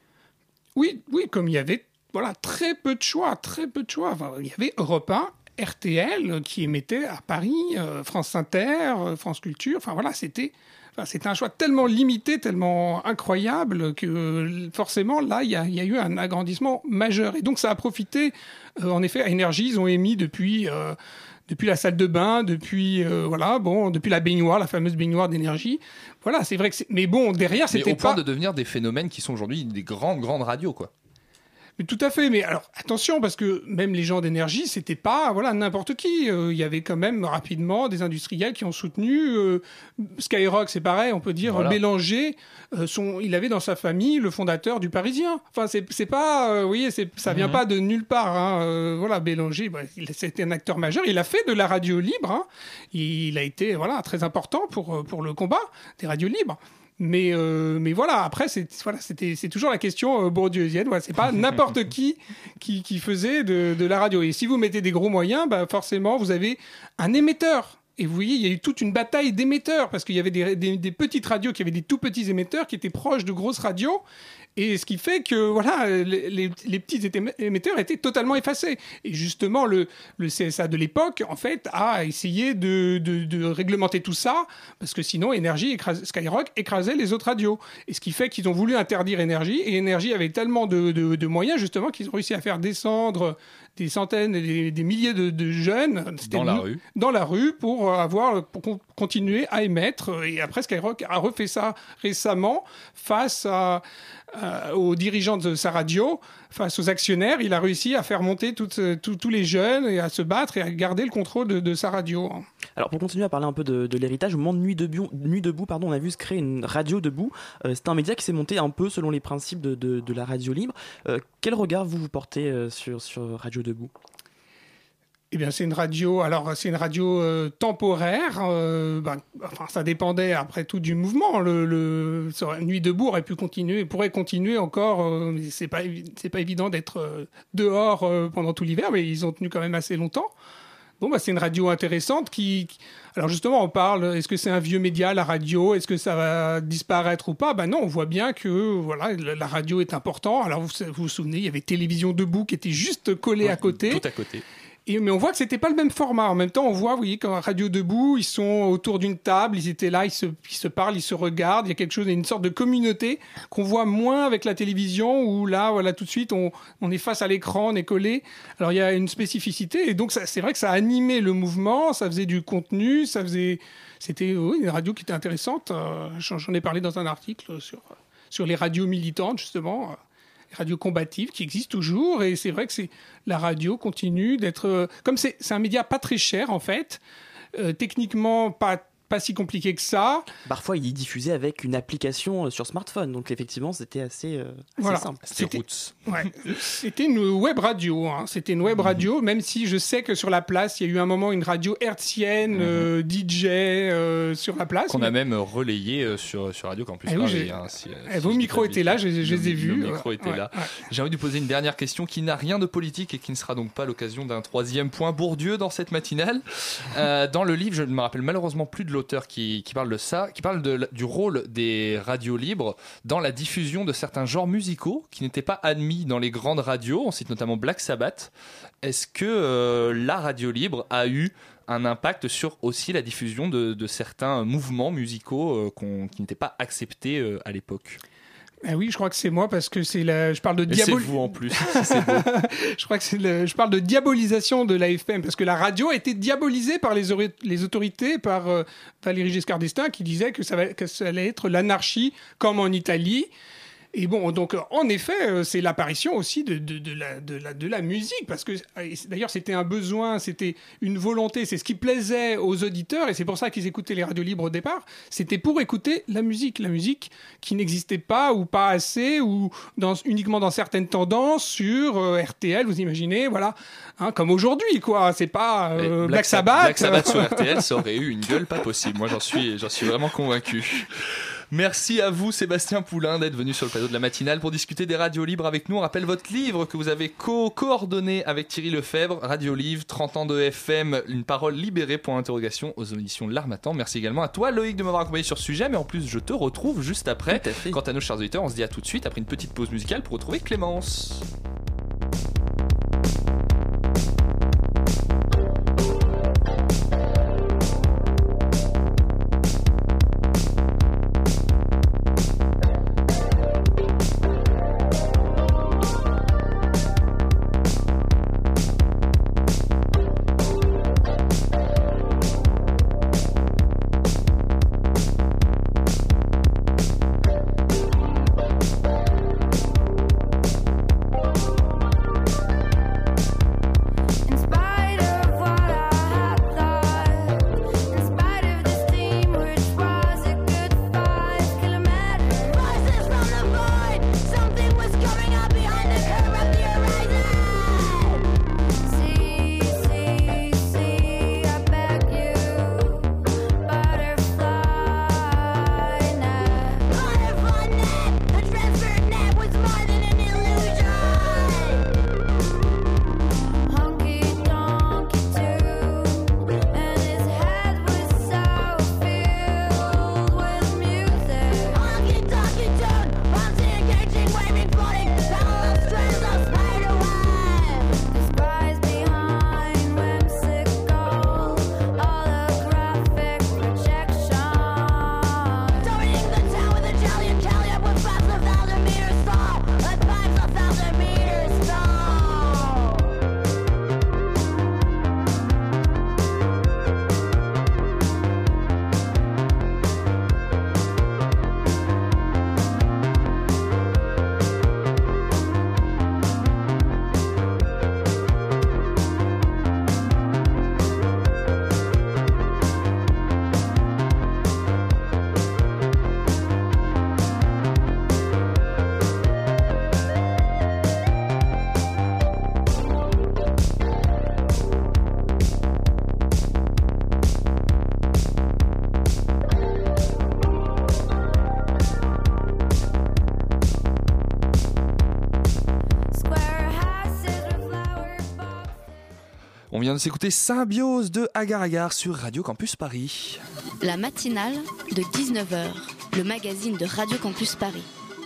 Oui, oui, comme il y avait voilà, très peu de choix, très peu de choix. Enfin, il y avait Europe un, R T L qui émettait à Paris, euh, France Inter, euh, France Culture. Enfin voilà, c'était, enfin, c'était un choix tellement limité, tellement incroyable que euh, forcément là, il y a, y a eu un agrandissement majeur. Et donc ça a profité, euh, en effet, à Énergie. Ils ont émis depuis. Euh, Depuis la salle de bain, depuis euh, voilà, bon, depuis la baignoire, la fameuse baignoire d'Énergie. Voilà, c'est vrai que c'est... mais bon, derrière, c'était mais au point pas... de devenir des phénomènes qui sont aujourd'hui des grandes grandes radios, quoi. Mais tout à fait, mais alors attention, parce que même les gens d'Énergie, c'était pas voilà n'importe qui. Euh, il y avait quand même rapidement des industriels qui ont soutenu euh, Skyrock, c'est pareil, on peut dire voilà. Bélanger. Euh, son, il avait dans sa famille le fondateur du Parisien. Enfin, c'est c'est pas, euh, vous voyez, c'est, ça vient mmh. pas de nulle part. Hein. Euh, voilà, Bélanger, bah, il, c'était un acteur majeur. Il a fait de la radio libre. Hein. Il, il a été voilà très important pour pour le combat des radios libres. Mais, euh, mais voilà, après, c'est, voilà, c'était, c'est toujours la question euh, bourdieusienne. Voilà, c'est pas n'importe qui, qui qui faisait de, de la radio. Et si vous mettez des gros moyens, bah forcément, vous avez un émetteur. Et vous voyez, il y a eu toute une bataille d'émetteurs, parce qu'il y avait des, des, des petites radios qui avaient des tout petits émetteurs qui étaient proches de grosses radios. Et ce qui fait que voilà, les, les, les petits émetteurs étaient totalement effacés. Et justement, le, le C S A de l'époque, en fait, a essayé de, de, de réglementer tout ça, parce que sinon, Énergie, écrase, Skyrock écrasait les autres radios. Et ce qui fait qu'ils ont voulu interdire Énergie, et Énergie avait tellement de, de, de moyens, justement, qu'ils ont réussi à faire descendre des centaines et des, des milliers de, de jeunes dans la rue, dans la rue pour avoir pour continuer à émettre. Et après, Skyrock a refait ça récemment face à Euh, aux dirigeants de sa radio, face aux actionnaires. Il a réussi à faire monter toutes, tout, tous les jeunes et à se battre et à garder le contrôle de, de sa radio. Alors pour continuer à parler un peu de, de l'héritage, au moment de Nuit debout, Nuit debout pardon, on a vu se créer une radio debout. Euh, c'est un média qui s'est monté un peu selon les principes de, de, de la radio libre. Euh, quel regard vous vous portez euh, sur, sur Radio Debout ? Eh bien, c'est une radio. Alors, c'est une radio euh, temporaire. Euh, ben, enfin, ça dépendait après tout du mouvement. Le, le Nuit debout aurait pu continuer, pourrait continuer encore. Euh, c'est pas, c'est pas évident d'être euh, dehors euh, pendant tout l'hiver, mais ils ont tenu quand même assez longtemps. Bon, bah, c'est une radio intéressante qui. qui... Alors justement, on parle. Est-ce que c'est un vieux média, la radio ? Est-ce que ça va disparaître ou pas ? Ben non, on voit bien que voilà, la radio est important. Alors vous vous, vous souvenez, il y avait Télévision Debout qui était juste collée ouais, à côté. Tout à côté. Et, mais on voit que c'était pas le même format. En même temps, on voit, vous voyez, quand Radio Debout, ils sont autour d'une table, ils étaient là, ils se, ils se parlent, ils se regardent. Il y a quelque chose, il y a une sorte de communauté qu'on voit moins avec la télévision, où là, voilà, tout de suite, on, on est face à l'écran, on est collé. Alors il y a une spécificité, et donc ça, c'est vrai que ça a animé le mouvement, ça faisait du contenu, ça faisait, c'était oui, une radio qui était intéressante. Euh, j'en, j'en ai parlé dans un article sur sur les radios militantes justement. Radio combative qui existe toujours, et c'est vrai que c'est la radio continue d'être euh, comme c'est c'est un média pas très cher en fait, euh, techniquement pas pas si compliqué que ça. Parfois, il est diffusé avec une application sur smartphone, donc effectivement, c'était assez, euh, assez voilà. simple. C'était Roots. Ouais. C'était une web radio. Hein. C'était une web radio, même si je sais que sur la place, il y a eu un moment une radio hertzienne, mm-hmm. euh, D J euh, sur la place. Qu'on mais... a même relayé euh, sur, sur Radio Campus eh Paris. Oui, hein, si, eh, si vos micros étaient là, je, je les ai vus. Nos micros étaient ouais, là. Ouais. J'ai envie de vous poser une dernière question qui n'a rien de politique et qui ne sera donc pas l'occasion d'un troisième point Bourdieu dans cette matinale. Euh, dans le livre, je ne me rappelle malheureusement plus de l'auteur qui, qui parle de ça, qui parle de, du rôle des radios libres dans la diffusion de certains genres musicaux qui n'étaient pas admis dans les grandes radios. On cite notamment Black Sabbath. Est-ce que euh, la radio libre a eu un impact sur aussi la diffusion de, de certains mouvements musicaux euh, qu'on, qui n'étaient pas acceptés euh, à l'époque ? Ah oui, je crois que c'est moi parce que c'est la. Je parle de Et diabol. c'est vous en plus. C'est beau. Je crois que c'est le... je parle de diabolisation de l'A F M parce que la radio a été diabolisée par les, ori- les autorités, par euh, Valéry Giscard d'Estaing qui disait que ça, va... que ça allait être l'anarchie comme en Italie. Et bon, donc en effet, c'est l'apparition aussi de, de, de, la, de, la, de la musique, parce que d'ailleurs c'était un besoin, c'était une volonté, c'est ce qui plaisait aux auditeurs, et c'est pour ça qu'ils écoutaient les radios libres au départ, c'était pour écouter la musique, la musique qui n'existait pas ou pas assez, ou dans, uniquement dans certaines tendances sur euh, R T L, vous imaginez, voilà, hein, comme aujourd'hui, quoi, c'est pas euh, Black, Black Sabbath. Black Sabbath sur R T L, ça aurait eu une gueule pas possible, moi j'en suis, j'en suis vraiment convaincu. Merci à vous Sébastien Poulain d'être venu sur le plateau de la matinale pour discuter des radios libres avec nous. On rappelle votre livre que vous avez co- coordonné avec Thierry Lefebvre, Radio Livre, trente ans de F M, une parole libérée pour interrogation aux éditions de l'Harmattan. Merci également à toi Loïc de m'avoir accompagné sur ce sujet, mais en plus je te retrouve juste après. Quant à nos chers auditeurs, on se dit à tout de suite après une petite pause musicale pour retrouver Clémence. On vient de s'écouter Symbiose de Agar Agar sur Radio Campus Paris. La matinale de dix-neuf heures, le magazine de Radio Campus Paris.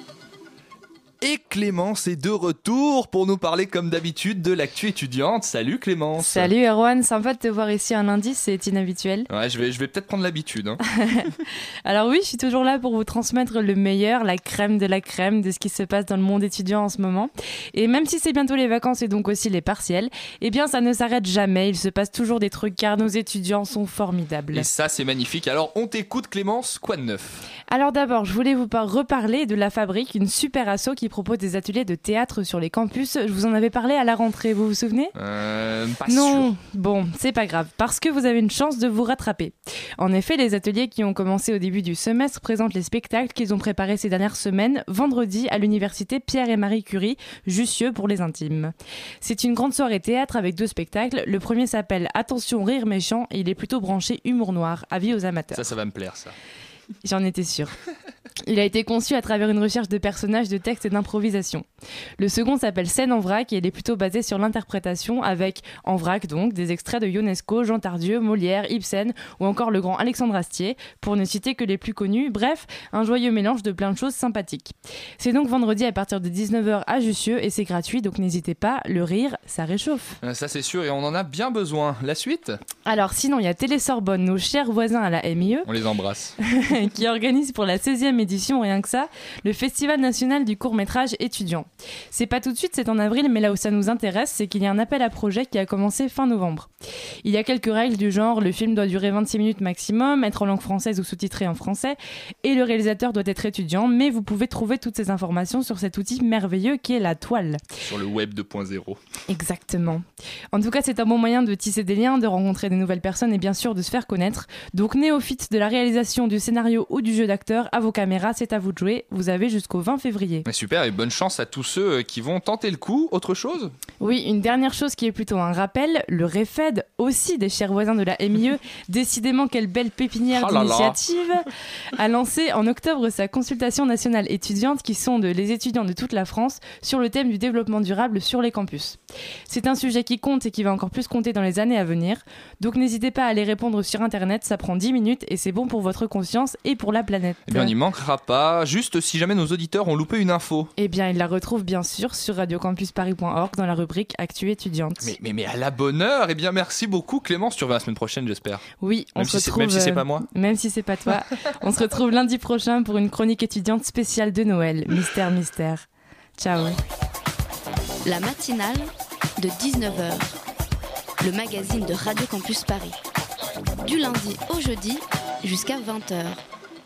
Et Clémence est de retour pour nous parler comme d'habitude de l'actu étudiante. Salut Clémence. Salut Erwan, sympa de te voir ici un lundi, c'est inhabituel. Ouais, je vais, je vais peut-être prendre l'habitude. Hein. Alors oui, je suis toujours là pour vous transmettre le meilleur, la crème de la crème de ce qui se passe dans le monde étudiant en ce moment. Et même si c'est bientôt les vacances et donc aussi les partiels, eh bien ça ne s'arrête jamais, il se passe toujours des trucs car nos étudiants sont formidables. Et ça c'est magnifique. Alors on t'écoute Clémence, quoi de neuf ? Alors d'abord, je voulais vous reparler de La Fabrique, une super asso qui propose des ateliers de théâtre sur les campus. Je vous en avais parlé à la rentrée, vous vous souvenez ? Euh, pas Non, sûr. Bon, c'est pas grave, parce que vous avez une chance de vous rattraper. En effet, les ateliers qui ont commencé au début du semestre présentent les spectacles qu'ils ont préparés ces dernières semaines, vendredi à l'université Pierre et Marie Curie, Jussieu pour les intimes. C'est une grande soirée théâtre avec deux spectacles. Le premier s'appelle Attention rire méchant et il est plutôt branché humour noir, avis aux amateurs. Ça, ça va me plaire, ça. J'en étais sûre. Il a été conçu à travers une recherche de personnages, de textes et d'improvisation. Le second s'appelle Scène en vrac et il est plutôt basé sur l'interprétation avec, en vrac donc, des extraits de Ionesco, Jean Tardieu, Molière, Ibsen ou encore le grand Alexandre Astier, pour ne citer que les plus connus. Bref, un joyeux mélange de plein de choses sympathiques. C'est donc vendredi à partir de dix-neuf heures à Jussieu et c'est gratuit, donc n'hésitez pas, le rire, ça réchauffe. Ça c'est sûr et on en a bien besoin. La suite ? Alors sinon, il y a Télé Sorbonne, nos chers voisins à la M I E. On les embrasse. qui organise pour la seizième édition édition, rien que ça, le Festival national du court-métrage étudiant. C'est pas tout de suite, c'est en avril, mais là où ça nous intéresse, c'est qu'il y a un appel à projet qui a commencé fin novembre. Il y a quelques règles du genre, le film doit durer vingt-six minutes maximum, être en langue française ou sous-titré en français, et le réalisateur doit être étudiant, mais vous pouvez trouver toutes ces informations sur cet outil merveilleux qui est la toile. Sur le web deux point zéro. Exactement. En tout cas, c'est un bon moyen de tisser des liens, de rencontrer de nouvelles personnes et bien sûr de se faire connaître. Donc néophytes de la réalisation, du scénario ou du jeu d'acteur, à vos caméras, c'est à vous de jouer. Vous avez jusqu'au vingt février. Mais super, et bonne chance à tous ceux qui vont tenter le coup. Autre chose ? Oui, une dernière chose qui est plutôt un rappel, le REFED, aussi des chers voisins de la M I E, décidément quelle belle pépinière oh là d'initiative, là. a lancé en octobre sa consultation nationale étudiante qui sonde les étudiants de toute la France sur le thème du développement durable sur les campus. C'est un sujet qui compte et qui va encore plus compter dans les années à venir, donc n'hésitez pas à aller répondre sur internet, ça prend dix minutes et c'est bon pour votre conscience et pour la planète. Eh bien, on n'y manquera pas, juste si jamais nos auditeurs ont loupé une info. Eh bien, ils la retrouvent bien sûr sur radio campus paris point org dans la rubrique Actu étudiante. Mais, mais, mais à la bonne heure, eh bien merci beaucoup Clémence, tu reviens la semaine prochaine j'espère. Oui, on même, se si retrouve, même si c'est pas moi. Même si c'est pas toi. On se retrouve lundi prochain pour une chronique étudiante spéciale de Noël. Mystère, mystère. Ciao. La matinale de dix-neuf heures. Le magazine de Radio Campus Paris. Du lundi au jeudi jusqu'à vingt heures.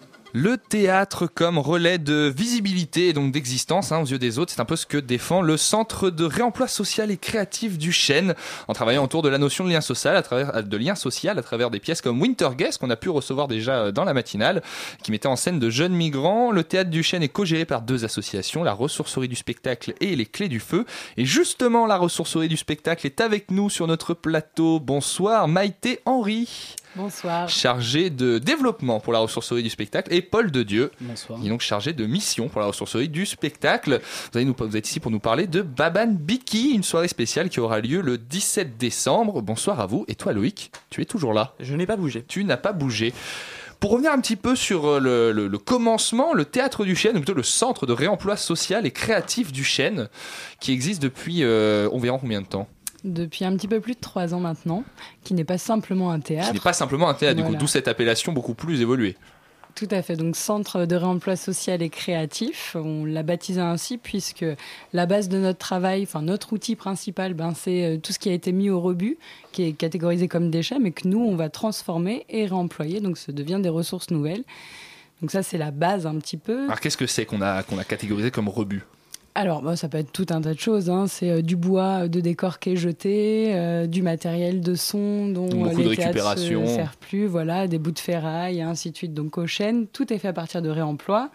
Le théâtre comme relais de visibilité et donc d'existence hein, aux yeux des autres, c'est un peu ce que défend le Centre de réemploi social et créatif du Chêne, en travaillant autour de la notion de lien social à travers, de lien social à travers des pièces comme Winter Guest qu'on a pu recevoir déjà dans la matinale, qui mettait en scène de jeunes migrants. Le théâtre du Chêne est co-géré par deux associations, la Ressourcerie du spectacle et les Clés du Feu. Et justement, la Ressourcerie du spectacle est avec nous sur notre plateau. Bonsoir Maïté Henry. Bonsoir. Chargé de développement pour la Ressourcerie du spectacle, et Paul de Dieu, Bonsoir. qui est donc chargé de mission pour la Ressourcerie du spectacle. Vous, allez nous, vous êtes ici pour nous parler de Baban Biki, une soirée spéciale qui aura lieu le dix-sept décembre. Bonsoir à vous. Et toi Loïc, tu es toujours là ? Je n'ai pas bougé. Tu n'as pas bougé. Pour revenir un petit peu sur le, le, le commencement, le Théâtre du Chêne, ou plutôt le Centre de réemploi social et créatif du Chêne, qui existe depuis, euh, on verra combien de temps ? Depuis un petit peu plus de trois ans maintenant, qui n'est pas simplement un théâtre. Qui n'est pas simplement un théâtre, voilà. Du coup, d'où cette appellation beaucoup plus évoluée. Tout à fait, donc Centre de réemploi social et créatif, on l'a baptisé ainsi puisque la base de notre travail, enfin notre outil principal, ben, c'est tout ce qui a été mis au rebut, qui est catégorisé comme déchets, mais que nous, on va transformer et réemployer, donc ça devient des ressources nouvelles. Donc ça, c'est la base un petit peu. Alors qu'est-ce que c'est qu'on a, qu'on a catégorisé comme rebut ? Alors, bah, ça peut être tout un tas de choses. Hein. C'est euh, du bois de décor qui est jeté, euh, du matériel de son dont euh, les théâtres ne servent plus, voilà, des bouts de ferraille, et ainsi de suite. Donc, au Chêne, tout est fait à partir de réemploi.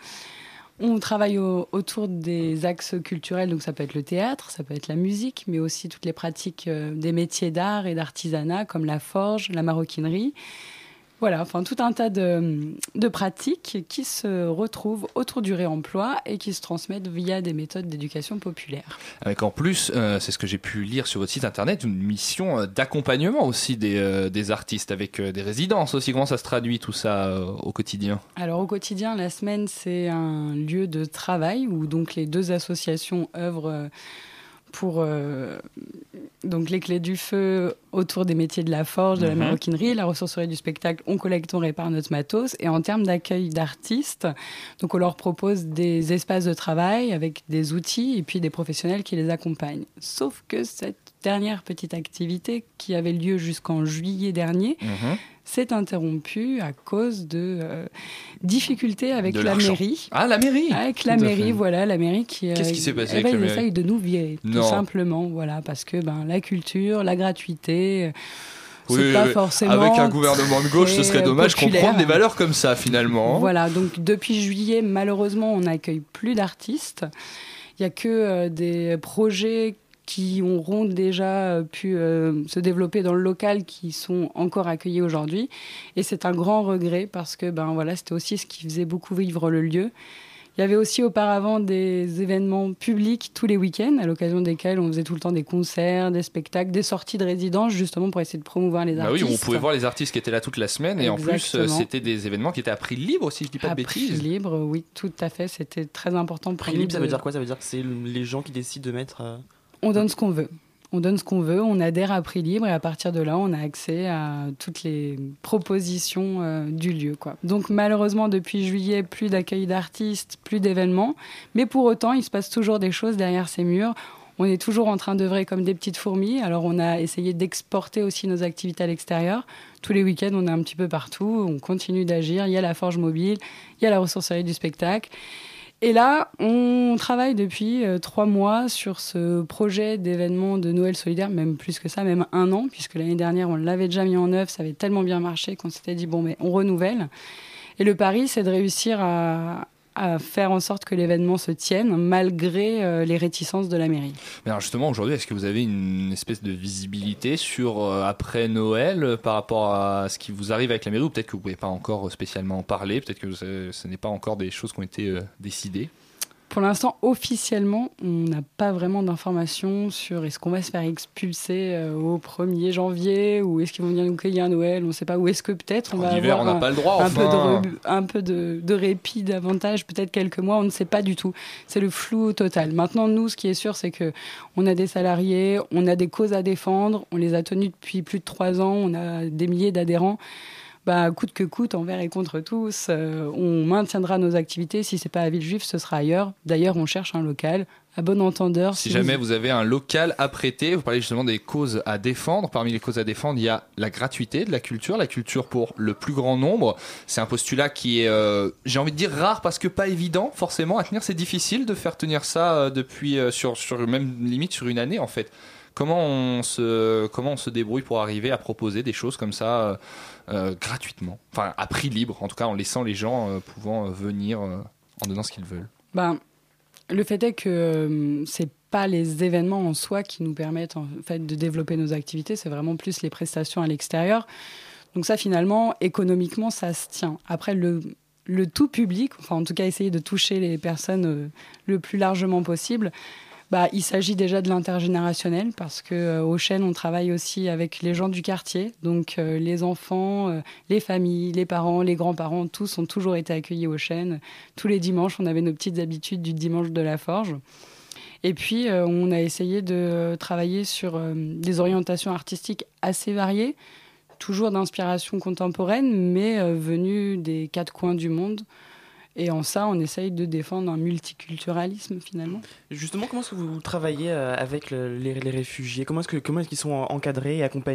On travaille au, autour des axes culturels, donc ça peut être le théâtre, ça peut être la musique, mais aussi toutes les pratiques euh, des métiers d'art et d'artisanat, comme la forge, la maroquinerie. Voilà, enfin tout un tas de, de pratiques qui se retrouvent autour du réemploi et qui se transmettent via des méthodes d'éducation populaire. Avec en plus, euh, c'est ce que j'ai pu lire sur votre site internet, une mission d'accompagnement aussi des, euh, des artistes, avec euh, des résidences aussi. Comment ça se traduit tout ça euh, au quotidien ? Alors au quotidien, la semaine, c'est un lieu de travail où donc les deux associations œuvrent euh, pour euh, donc les Clés du Feu autour des métiers de la forge, de la maroquinerie, la Ressourcerie du spectacle, on collecte, on répare notre matos. Et en termes d'accueil d'artistes, donc on leur propose des espaces de travail avec des outils et puis des professionnels qui les accompagnent. Sauf que cette dernière petite activité qui avait lieu jusqu'en juillet dernier, mmh. s'est interrompue à cause de euh, difficultés avec de la l'argent. mairie. Ah, la mairie Avec la mairie, voilà, la mairie qui... Qu'est-ce qui s'est passé avec la mairie ? Essaye de nous virer, non. tout simplement, voilà, parce que ben, la culture, la gratuité... Oui, c'est pas oui, forcément avec un gouvernement de gauche, ce serait dommage qu'on prenne des valeurs comme ça, finalement. Voilà, donc depuis juillet, malheureusement, on n'accueille plus d'artistes. Il n'y a que euh, des projets qui auront déjà pu euh, se développer dans le local, qui sont encore accueillis aujourd'hui. Et c'est un grand regret parce que ben, voilà, c'était aussi ce qui faisait beaucoup vivre le lieu. Il y avait aussi auparavant des événements publics tous les week-ends, à l'occasion desquels on faisait tout le temps des concerts, des spectacles, des sorties de résidence, justement pour essayer de promouvoir les artistes. Bah oui, on pouvait voir les artistes qui étaient là toute la semaine. Et Exactement. En plus, euh, c'était des événements qui étaient à prix libre, si je ne dis pas à de bêtises. À prix libre, oui, tout à fait. C'était très important pour prix nous. libre, de... ça veut dire quoi ? Ça veut dire que c'est les gens qui décident de mettre... Euh... On donne ce qu'on veut. On donne ce qu'on veut, on adhère à prix libre et à partir de là, on a accès à toutes les propositions euh, du lieu, quoi. Donc malheureusement, depuis juillet, plus d'accueil d'artistes, plus d'événements. Mais pour autant, il se passe toujours des choses derrière ces murs. On est toujours en train d'œuvrer comme des petites fourmis. Alors, on a essayé d'exporter aussi nos activités à l'extérieur. Tous les week-ends, on est un petit peu partout. On continue d'agir. Il y a la Forge Mobile, il y a la ressourcerie du spectacle. Et là, on travaille depuis euh, trois mois sur ce projet d'événement de Noël solidaire, même plus que ça, même un an, puisque l'année dernière, on l'avait déjà mis en œuvre. Ça avait tellement bien marché qu'on s'était dit, bon, mais on renouvelle. Et le pari, c'est de réussir à... à faire en sorte que l'événement se tienne malgré euh, les réticences de la mairie. Mais alors justement, aujourd'hui, est-ce que vous avez une espèce de visibilité sur euh, après Noël euh, par rapport à ce qui vous arrive avec la mairie, ou peut-être que vous ne pouvez pas encore spécialement en parler, peut-être que ce, ce n'est pas encore des choses qui ont été euh, décidées? Pour l'instant, officiellement, on n'a pas vraiment d'informations sur est-ce qu'on va se faire expulser euh, au premier janvier ou est-ce qu'ils vont venir nous cueillir à Noël. On ne sait pas. Ou est-ce que peut-être on va hiver, avoir on n'a pas le droit, un, enfin. peu, de, re- un peu de, de répit davantage, peut-être quelques mois. On ne sait pas du tout. C'est le flou total. Maintenant, nous, ce qui est sûr, c'est qu'on a des salariés, on a des causes à défendre. On les a tenues depuis plus de trois ans. On a des milliers d'adhérents. Bah, coûte que coûte, envers et contre tous, euh, on maintiendra nos activités. Si c'est pas à Villejuif, ce sera ailleurs. D'ailleurs, on cherche un local. À bon entendeur. Si, si jamais vous... vous avez un local à prêter, vous parlez justement des causes à défendre. Parmi les causes à défendre, il y a la gratuité de la culture, la culture pour le plus grand nombre. C'est un postulat qui est, euh, j'ai envie de dire, rare parce que pas évident forcément à tenir. C'est difficile de faire tenir ça euh, depuis, euh, sur, sur même limite sur une année en fait. Comment on se, comment on se débrouille pour arriver à proposer des choses comme ça euh, euh, gratuitement, enfin à prix libre, en tout cas en laissant les gens euh, pouvant venir euh, en donnant ce qu'ils veulent. Ben, le fait est que euh, c'est pas les événements en soi qui nous permettent en fait de développer nos activités, c'est vraiment plus les prestations à l'extérieur. Donc ça, finalement, économiquement, ça se tient. Après, le le tout public, enfin en tout cas essayer de toucher les personnes euh, le plus largement possible. Bah, il s'agit déjà de l'intergénérationnel parce qu'au euh, Chêne, on travaille aussi avec les gens du quartier. Donc euh, les enfants, euh, les familles, les parents, les grands-parents, tous ont toujours été accueillis au Chêne. Tous les dimanches, on avait nos petites habitudes du dimanche de la Forge. Et puis, euh, on a essayé de travailler sur euh, des orientations artistiques assez variées, toujours d'inspiration contemporaine, mais euh, venues des quatre coins du monde. Et en ça, on essaye de défendre un multiculturalisme, finalement. Justement, comment est-ce que vous travaillez avec le, les, les réfugiés ? Comment est-ce que, comment est-ce qu'ils sont encadrés et accompagnés ?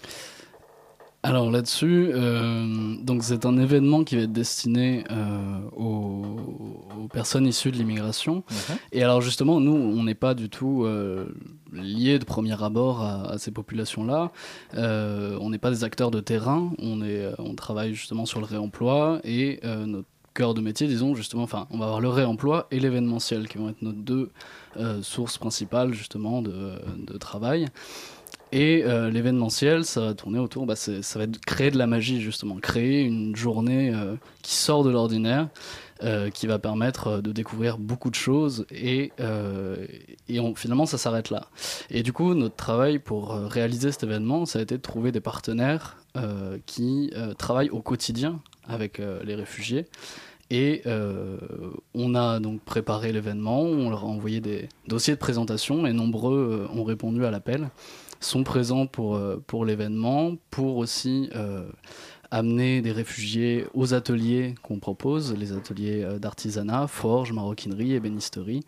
Alors là-dessus, euh, donc c'est un événement qui va être destiné euh, aux, aux personnes issues de l'immigration. Okay. Et alors justement, nous, on n'est pas du tout euh, liés de premier abord à, à ces populations-là. Euh, on n'est pas des acteurs de terrain. On, est, on travaille justement sur le réemploi et euh, notre cœur de métier, disons, justement, enfin, on va avoir le réemploi et l'événementiel qui vont être nos deux euh, sources principales, justement, de, de travail. Et euh, l'événementiel, ça va tourner autour, bah, ça va être créer de la magie, justement, créer une journée euh, qui sort de l'ordinaire, euh, qui va permettre de découvrir beaucoup de choses, et, euh, et on, finalement, ça s'arrête là. Et du coup, notre travail pour réaliser cet événement, ça a été de trouver des partenaires euh, qui euh, travaillent au quotidien avec euh, les réfugiés. Et euh, on a donc préparé l'événement, on leur a envoyé des dossiers de présentation et nombreux euh, ont répondu à l'appel, sont présents pour, euh, pour l'événement, pour aussi euh, amener des réfugiés aux ateliers qu'on propose, les ateliers euh, d'artisanat, forge, maroquinerie, ébénisterie.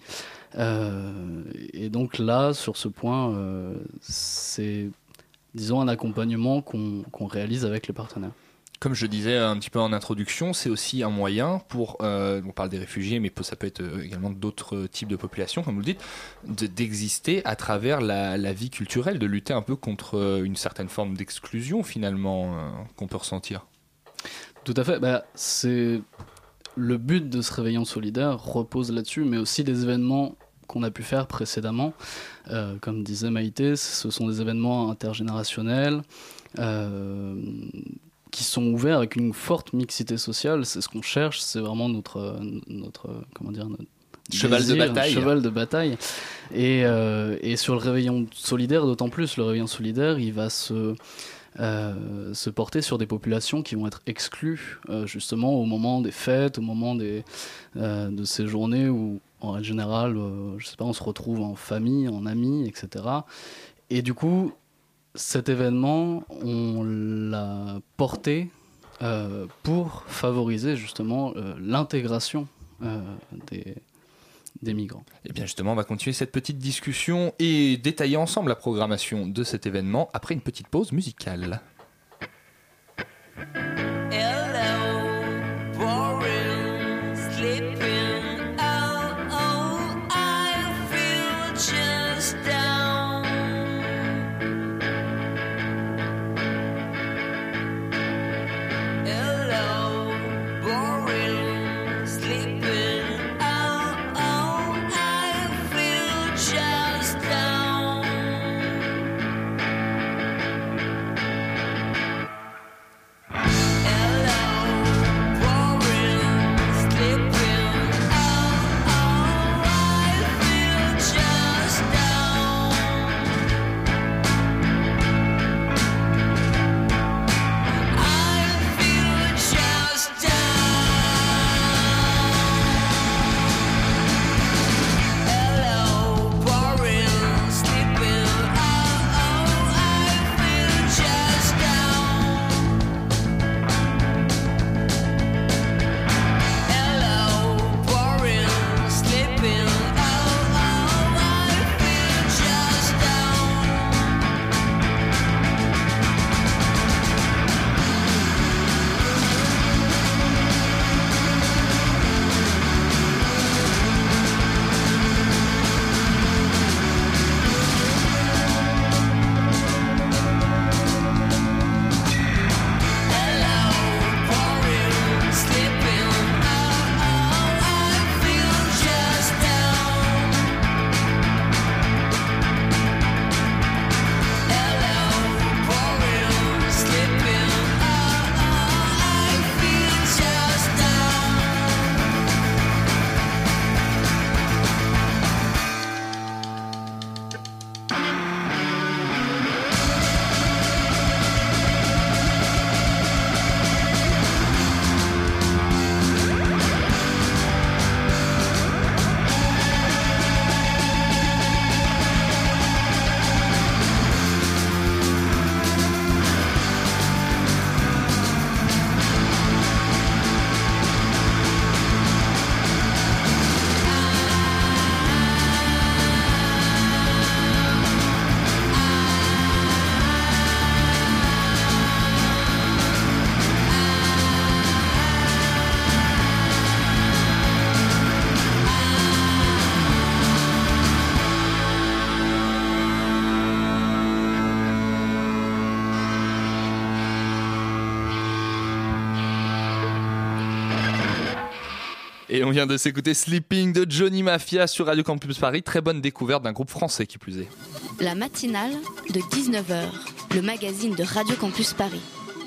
Euh, et donc là, sur ce point, euh, c'est, disons, un accompagnement qu'on, qu'on réalise avec les partenaires. Comme je disais un petit peu en introduction, c'est aussi un moyen pour, euh, on parle des réfugiés, mais ça peut être également d'autres types de populations, comme vous le dites, de, d'exister à travers la, la vie culturelle, de lutter un peu contre une certaine forme d'exclusion finalement euh, qu'on peut ressentir. Tout à fait, bah, c'est le but de ce réveillon solidaire repose là-dessus, mais aussi des événements qu'on a pu faire précédemment. Euh, comme disait Maïté, ce sont des événements intergénérationnels, euh, qui sont ouverts avec une forte mixité sociale. C'est ce qu'on cherche, c'est vraiment notre, notre comment dire, notre cheval désir, de bataille. Cheval de bataille. Et, euh, et sur le réveillon solidaire, d'autant plus, le réveillon solidaire, il va se, euh, se porter sur des populations qui vont être exclues, euh, justement, au moment des fêtes, au moment des, euh, de ces journées où, en général, euh, je sais pas, on se retrouve en famille, en amis, et cetera. et du coup, cet événement, on l'a porté euh, pour favoriser justement euh, l'intégration euh, des, des migrants. Et bien justement, on va continuer cette petite discussion et détailler ensemble la programmation de cet événement après une petite pause musicale. Et on vient de s'écouter Sleeping de Johnny Mafia sur Radio Campus Paris. Très bonne découverte d'un groupe français qui plus est. La matinale de dix-neuf heures, le magazine de Radio Campus Paris.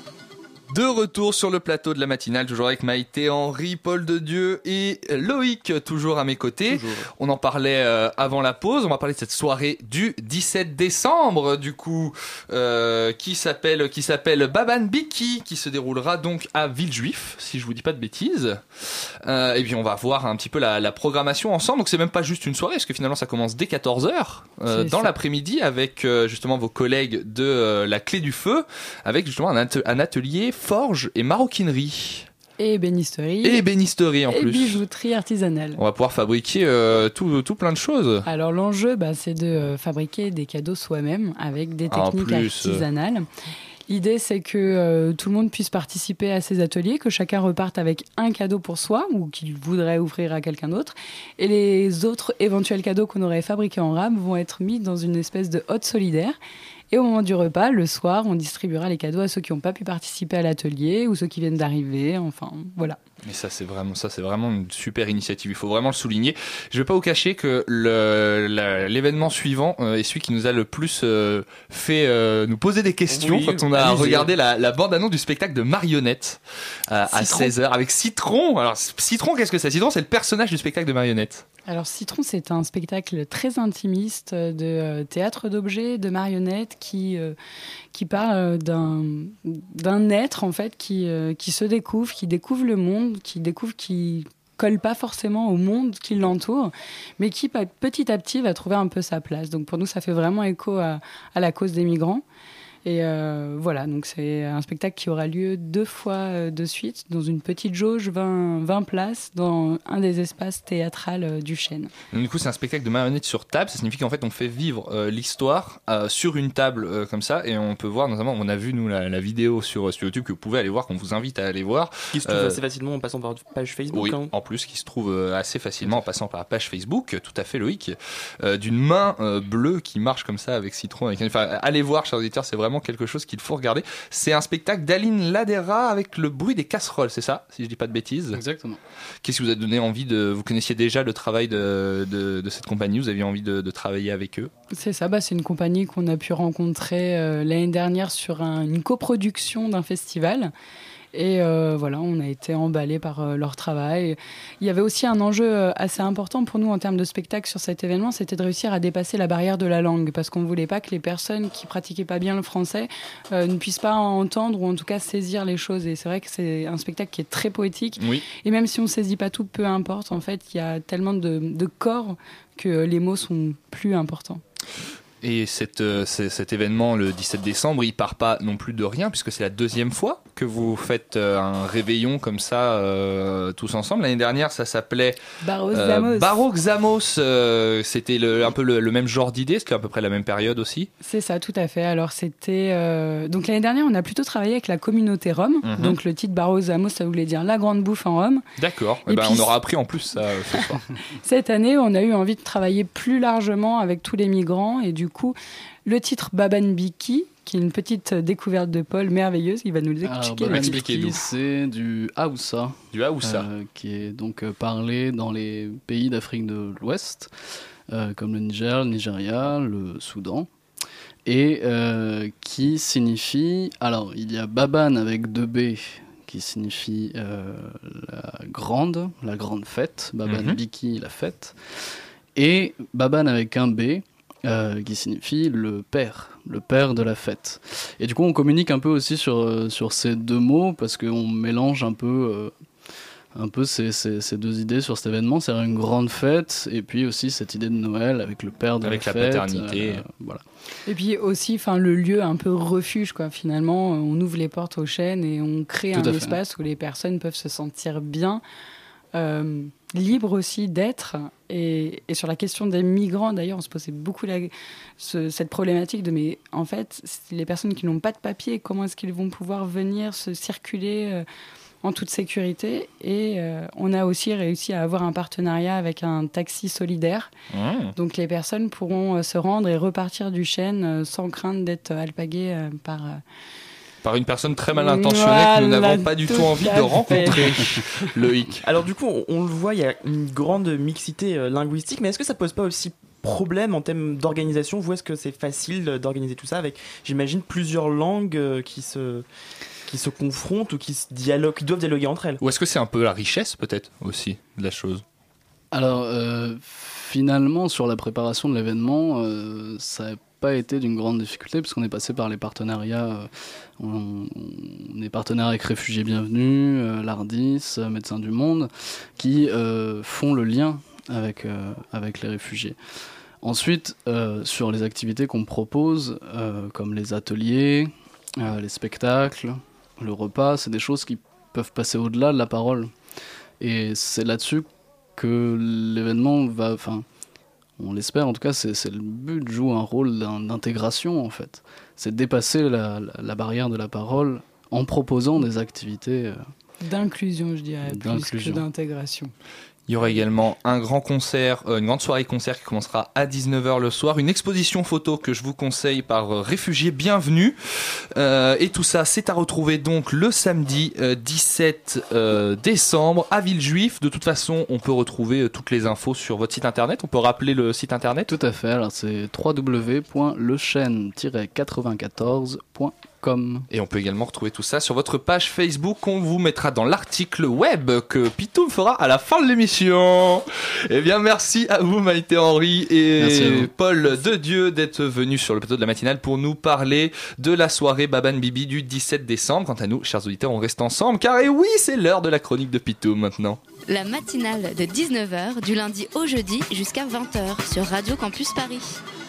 De retour sur le plateau de la matinale, toujours avec Maïté, Henri, Paul de Dieu et Loïc, toujours à mes côtés. Toujours. On en parlait euh, avant la pause, on va parler de cette soirée du dix-sept décembre, du coup, euh, qui s'appelle qui s'appelle Baban Biki, qui se déroulera donc à Villejuif, si je vous dis pas de bêtises. Euh, et puis on va voir un petit peu la, la programmation ensemble, donc c'est même pas juste une soirée, parce que finalement ça commence dès quatorze heures, euh, dans ça. L'après-midi, avec euh, justement vos collègues de euh, la Clé du Feu, avec justement un, at- un atelier forge et maroquinerie. Et ébénisterie. Et ébénisterie en et plus. Et bijouterie artisanale. On va pouvoir fabriquer euh, tout, tout plein de choses. Alors l'enjeu, bah, c'est de euh, fabriquer des cadeaux soi-même avec des techniques ah, artisanales. L'idée, c'est que euh, tout le monde puisse participer à ces ateliers, que chacun reparte avec un cadeau pour soi ou qu'il voudrait offrir à quelqu'un d'autre. Et les autres éventuels cadeaux qu'on aurait fabriqués en rame vont être mis dans une espèce de hotte solidaire. Et au moment du repas, le soir, on distribuera les cadeaux à ceux qui n'ont pas pu participer à l'atelier ou ceux qui viennent d'arriver. Enfin, voilà. Mais ça, c'est vraiment, ça, c'est vraiment une super initiative. Il faut vraiment le souligner. Je ne vais pas vous cacher que le, la, l'événement suivant euh, est celui qui nous a le plus euh, fait euh, nous poser des questions oui, quand on a oui, regardé la, la bande-annonce du spectacle de marionnettes euh, à seize heures avec Citron. Alors, Citron, qu'est-ce que c'est ? Citron, c'est le personnage du spectacle de marionnettes. Alors Citron, c'est un spectacle très intimiste de euh, théâtre d'objets, de marionnettes qui, euh, qui parle d'un, d'un être en fait qui, euh, qui se découvre, qui découvre le monde, qui découvre qu'il colle pas forcément au monde qui l'entoure, mais qui petit à petit va trouver un peu sa place. Donc pour nous, ça fait vraiment écho à, à la cause des migrants. Et euh, voilà, donc c'est un spectacle qui aura lieu deux fois de suite dans une petite jauge, vingt, vingt places, dans un des espaces théâtrales du Chêne. Donc, du coup, c'est un spectacle de marionnettes sur table. Ça signifie qu'en fait, on fait vivre euh, l'histoire euh, sur une table euh, comme ça, et on peut voir, notamment, on a vu nous la, la vidéo sur, sur YouTube que vous pouvez aller voir, qu'on vous invite à aller voir. Qui se trouve euh, assez facilement en passant par la page Facebook. Oui, hein. En plus, qui se trouve euh, assez facilement en passant par la page Facebook. Tout à fait, Loïc. Euh, d'une main euh, bleue qui marche comme ça avec citron. Avec... Enfin, allez voir, chers auditeurs, c'est vraiment quelque chose qu'il faut regarder. C'est un spectacle d'Aline Ladera avec le bruit des casseroles, c'est ça, si je dis pas de bêtises? Exactement. Qu'est-ce qui vous a donné envie de... Vous connaissiez déjà le travail de, de, de cette compagnie, vous aviez envie de, de travailler avec eux? C'est ça, bah, c'est une compagnie qu'on a pu rencontrer euh, l'année dernière sur un, une coproduction d'un festival. Et euh, voilà, on a été emballés par euh, leur travail. Il y avait aussi un enjeu euh, assez important pour nous en termes de spectacle sur cet événement, c'était de réussir à dépasser la barrière de la langue, parce qu'on ne voulait pas que les personnes qui pratiquaient pas bien le français euh, ne puissent pas entendre ou en tout cas saisir les choses. Et c'est vrai que c'est un spectacle qui est très poétique. Oui. Et même si on ne saisit pas tout, peu importe. En fait, il y a tellement de, de corps que les mots sont plus importants. Et cette, euh, cet événement, le dix-sept décembre, il part pas non plus de rien, puisque c'est la deuxième fois que vous faites euh, un réveillon comme ça, euh, tous ensemble. L'année dernière, ça s'appelait Baroque Zamos. Euh, Baroque Zamos, euh, c'était le, un peu le, le même genre d'idée, c'était à peu près la même période aussi. C'est ça, tout à fait. Alors c'était euh... donc l'année dernière, on a plutôt travaillé avec la communauté rome. Mm-hmm. Donc le titre Baroque Zamos, ça voulait dire la grande bouffe en Rome. D'accord. Et, Et ben, puis... on aura appris en plus ça euh, ce soir. Cette année, on a eu envie de travailler plus largement avec tous les migrants, et du Du coup, le titre Baban Biki, qui est une petite découverte de Paul merveilleuse, il va nous l'expliquer. Baban Biki, c'est du Haoussa, du Haoussa, euh, qui est donc parlé dans les pays d'Afrique de l'Ouest, euh, comme le Niger, le Nigeria, le Soudan, et euh, qui signifie, alors il y a Baban avec deux B, qui signifie euh, la grande, la grande fête, Baban mm-hmm. Biki, la fête, et Baban avec un B. Euh, qui signifie le père, le père de la fête. Et du coup, on communique un peu aussi sur, euh, sur ces deux mots, parce qu'on mélange un peu, euh, un peu ces, ces, ces deux idées sur cet événement, c'est-à-dire une grande fête, et puis aussi cette idée de Noël avec le père de avec la, la fête. Avec la paternité. Euh, voilà. Et puis aussi, enfin, le lieu un peu refuge, quoi. Finalement, on ouvre les portes aux chênes et on crée Tout un espace où les personnes peuvent se sentir bien, euh, libres aussi d'être. Et, et sur la question des migrants, d'ailleurs, on se posait beaucoup la, ce, cette problématique de, mais en fait, les personnes qui n'ont pas de papier, comment est-ce qu'ils vont pouvoir venir se circuler euh, en toute sécurité? Et euh, on a aussi réussi à avoir un partenariat avec un taxi solidaire. Mmh. Donc les personnes pourront euh, se rendre et repartir du Chêne euh, sans crainte d'être alpaguées euh, par... Euh, Par une personne très mal intentionnée voilà, que nous n'avons pas du tout, tout envie de rencontrer, Loïc. Alors du coup, on, on le voit, il y a une grande mixité euh, linguistique, mais est-ce que ça pose pas aussi problème en termes d'organisation? Vous, est-ce que c'est facile d'organiser tout ça avec, j'imagine, plusieurs langues euh, qui se... qui se confrontent ou qui, se dialoguent, qui doivent dialoguer entre elles? Ou est-ce que c'est un peu la richesse, peut-être, aussi, de la chose? Alors, euh, finalement, sur la préparation de l'événement, euh, ça n'a pas été d'une grande difficulté, puisqu'on est passé par les partenariats. Euh, on, on est partenaire avec Réfugiés Bienvenus, euh, l'Ardis, euh, Médecins du Monde, qui euh, font le lien avec, euh, avec les réfugiés. Ensuite, euh, sur les activités qu'on propose, euh, comme les ateliers, euh, les spectacles, le repas, c'est des choses qui peuvent passer au-delà de la parole. Et c'est là-dessus que l'événement va... Enfin, on l'espère, en tout cas, c'est, c'est le but, joue un rôle d'intégration, en fait. C'est dépasser la, la, la barrière de la parole en proposant des activités... Euh, d'inclusion, je dirais, plus que d'intégration. Il y aura également un grand concert, une grande soirée concert qui commencera à dix-neuf heures le soir, une exposition photo que je vous conseille par Réfugiés Bienvenus. Euh, et tout ça, c'est à retrouver donc le samedi euh, dix-sept décembre à Villejuif. De toute façon, on peut retrouver toutes les infos sur votre site internet. On peut rappeler le site internet? Tout à fait, alors c'est w w w point le chêne tiret quatre-vingt-quatorze point com. Et on peut également retrouver tout ça sur votre page Facebook qu'on vous mettra dans l'article web que Pitoum fera à la fin de l'émission. Eh bien, merci à vous Maïté Henry et Paul Dedieu d'être venus sur le plateau de la matinale pour nous parler de la soirée Baban Bibi du dix-sept décembre. Quant à nous, chers auditeurs, on reste ensemble car et oui, c'est l'heure de la chronique de Pitoum maintenant. La matinale de dix-neuf heures du lundi au jeudi jusqu'à vingt heures sur Radio Campus Paris.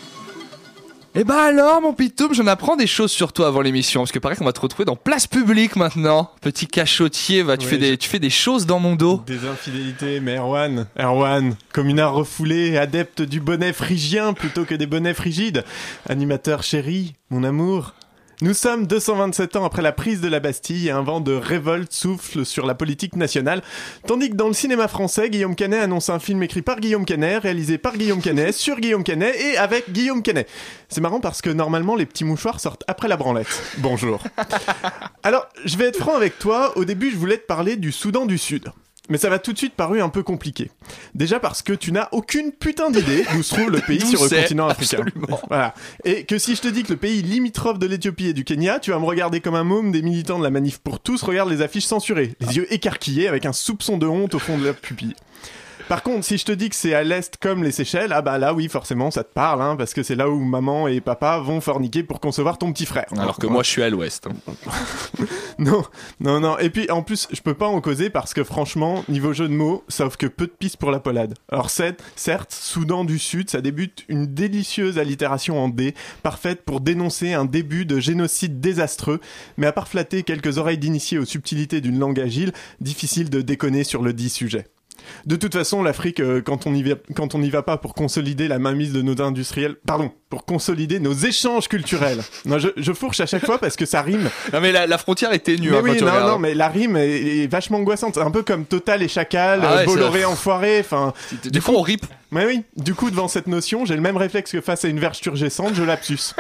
Eh ben alors, mon Pitoum, j'en apprends des choses sur toi avant l'émission, parce que paraît qu'on va te retrouver dans Place Publique maintenant. Petit cachotier, va, tu, oui, fais des, tu fais des choses dans mon dos. Des infidélités, mais Erwan, Erwan, communard refoulé, adepte du bonnet phrygien plutôt que des bonnets frigides. Animateur chéri, mon amour. Nous sommes deux cent vingt-sept ans après la prise de la Bastille et un vent de révolte souffle sur la politique nationale, tandis que dans le cinéma français, Guillaume Canet annonce un film écrit par Guillaume Canet, réalisé par Guillaume Canet, sur Guillaume Canet et avec Guillaume Canet. C'est marrant parce que normalement les petits mouchoirs sortent après la branlette. Bonjour. Alors, je vais être franc avec toi, au début je voulais te parler du Soudan du Sud. Mais ça va tout de suite paru un peu compliqué. Déjà parce que tu n'as aucune putain d'idée d'où se trouve le pays sur le continent africain. Absolument. Voilà. Et que si je te dis que le pays limitrophe de l'Éthiopie et du Kenya, tu vas me regarder comme un môme des militants de la Manif pour tous regardent les affiches censurées, les yeux écarquillés avec un soupçon de honte au fond de leur pupille. Par contre, si je te dis que c'est à l'est comme les Seychelles, ah bah là oui, forcément, ça te parle, hein, parce que c'est là où maman et papa vont forniquer pour concevoir ton petit frère. Alors que ouais. moi, je suis à l'ouest. Hein. non, non, non. Et puis, en plus, je peux pas en causer parce que franchement, niveau jeu de mots, ça offre que peu de pistes pour la polade. Alors certes, certes, Soudan du Sud, ça débute une délicieuse allitération en D, parfaite pour dénoncer un début de génocide désastreux, mais à part flatter quelques oreilles d'initiés aux subtilités d'une langue agile, difficile de déconner sur le dit sujet. De toute façon, l'Afrique, euh, quand on y va, quand on n'y va pas pour consolider la mainmise de nos industriels, pardon, pour consolider nos échanges culturels. Non, je, je fourche à chaque fois parce que ça rime. Non mais la, la frontière est ténue. Mais hein, oui, quand tu non, regardes. non, mais la rime est, est vachement angoissante. C'est un peu comme Total et Chacal, ah ouais, Bolloré enfoiré. Enfin, du, du coup, on rip. Mais oui. Du coup, devant cette notion, j'ai le même réflexe que face à une verge turgescente, je lapsus.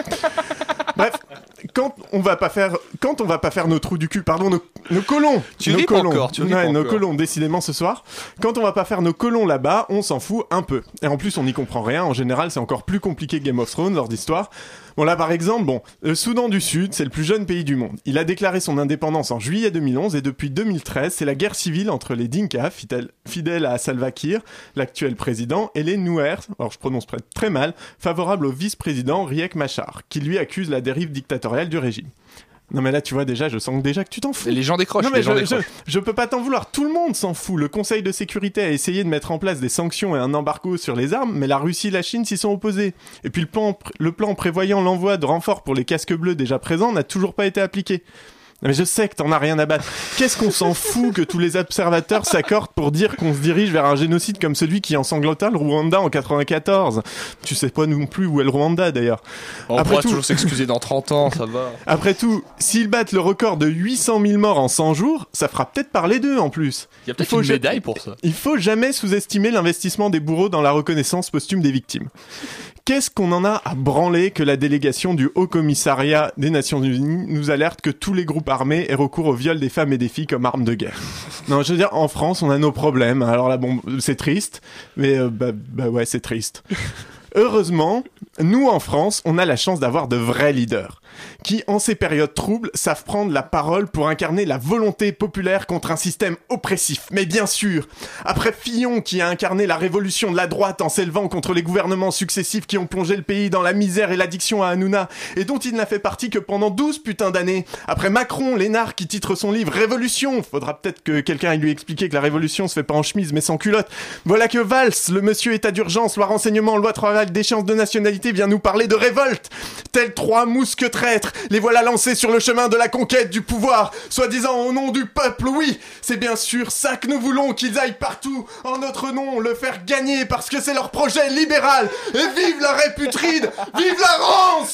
Bref. Quand on va pas faire, quand on va pas faire nos trous du cul, pardon, nos, nos colons, tu nos ripes colons, encore, tu ripes ouais, nos encore. colons, décidément ce soir. Quand on va pas faire nos colons là-bas, on s'en fout un peu. Et en plus, on n'y comprend rien. En général, c'est encore plus compliqué que Game of Thrones lors d'histoire. Bon là, par exemple, bon, le Soudan du Sud, c'est le plus jeune pays du monde. Il a déclaré son indépendance en juillet deux mille onze et depuis deux mille treize, c'est la guerre civile entre les Dinka, fidèles, fidèles à Salva Kiir, l'actuel président, et les Nuer, alors je prononce très mal, favorables au vice-président Riek Machar, qui lui accuse la dérive dictatoriale du régime. Non mais là tu vois déjà, je sens déjà que tu t'en fous. Les gens décrochent. Non mais les gens je, décrochent. Je, je peux pas t'en vouloir, tout le monde s'en fout. Le Conseil de sécurité a essayé de mettre en place des sanctions et un embargo sur les armes, mais la Russie et la Chine s'y sont opposés. Et puis le plan, le plan prévoyant l'envoi de renforts pour les casques bleus déjà présents n'a toujours pas été appliqué. Non mais je sais que t'en as rien à battre. Qu'est-ce qu'on s'en fout que tous les observateurs s'accordent pour dire qu'on se dirige vers un génocide comme celui qui ensanglanta le Rwanda en quatre-vingt-quatorze. Tu sais pas non plus où est le Rwanda d'ailleurs. On Après pourra tout... toujours s'excuser dans trente ans, ça va. Après tout, s'ils battent le record de huit cent mille morts en cent jours, ça fera peut-être parler d'eux en plus. Il y a peut-être une ja... médaille pour ça. Il faut jamais sous-estimer l'investissement des bourreaux dans la reconnaissance posthume des victimes. Qu'est-ce qu'on en a à branler que la délégation du Haut Commissariat des Nations Unies nous alerte que tous les groupes armés aient recours au viol des femmes et des filles comme armes de guerre? Non, je veux dire, en France, on a nos problèmes. Alors là, bon, c'est triste, mais euh, bah, bah ouais, c'est triste. Heureusement, nous en France, on a la chance d'avoir de vrais leaders qui, en ces périodes troubles, savent prendre la parole pour incarner la volonté populaire contre un système oppressif. Mais bien sûr, après Fillon qui a incarné la révolution de la droite en s'élevant contre les gouvernements successifs qui ont plongé le pays dans la misère et l'addiction à Hanouna, et dont il n'a fait partie que pendant douze putains d'années, après Macron, l'énarque qui titre son livre Révolution, faudra peut-être que quelqu'un lui explique que la révolution se fait pas en chemise mais sans culotte, voilà que Valls, le monsieur état d'urgence, loi renseignement, loi travail, déchéance de nationalité, vient nous parler de révolte, tels trois mousquetaires. Les voilà lancés sur le chemin de la conquête du pouvoir, soi-disant au nom du peuple, oui, c'est bien sûr ça que nous voulons, qu'ils aillent partout, en notre nom, le faire gagner, parce que c'est leur projet libéral, et vive la Réputride, vive la Rance.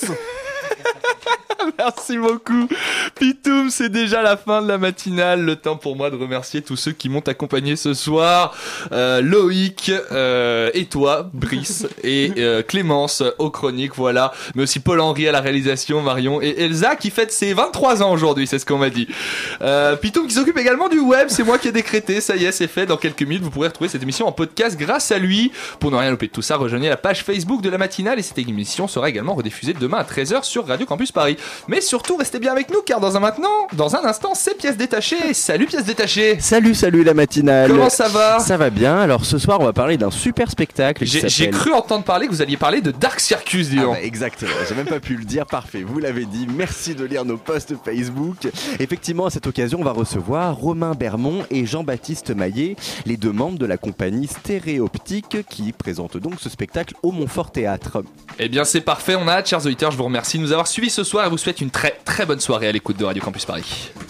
Merci beaucoup Pitoum, c'est déjà la fin de la matinale, le temps pour moi de remercier tous ceux qui m'ont accompagné ce soir, euh, Loïc euh, et toi Brice et euh, Clémence aux chroniques, voilà, mais aussi Paul-Henri à la réalisation, Marion et Elsa qui fête ses vingt-trois ans aujourd'hui, c'est ce qu'on m'a dit. euh, Pitoum qui s'occupe également du web, c'est moi qui ai décrété, ça y est, c'est fait, dans quelques minutes vous pourrez retrouver cette émission en podcast grâce à lui. Pour ne rien louper de tout ça, rejoignez la page Facebook de la matinale et cette émission sera également rediffusée demain à treize heures sur Radio Radio Campus Paris. Mais surtout, restez bien avec nous car dans un maintenant, dans un instant, c'est Pièces Détachées. Salut Pièces Détachées. Salut, salut la matinale. Comment ça va? Ça va bien. Alors ce soir, on va parler d'un super spectacle. Qui j'ai, s'appelle... j'ai cru entendre parler que vous alliez parler de Dark Circus, dis donc. Ah bah, exactement. J'ai même pas pu le dire. Parfait. Vous l'avez dit. Merci de lire nos posts Facebook. Effectivement, à cette occasion, on va recevoir Romain Bermond et Jean-Baptiste Maillet, les deux membres de la compagnie Stéréoptique qui présentent donc ce spectacle au Montfort Théâtre. Eh bien, c'est parfait. On a hâte, chers auditeurs. Je vous remercie de nous avoir suivis ce soir et vous souhaite une très très bonne soirée à l'écoute de Radio Campus Paris.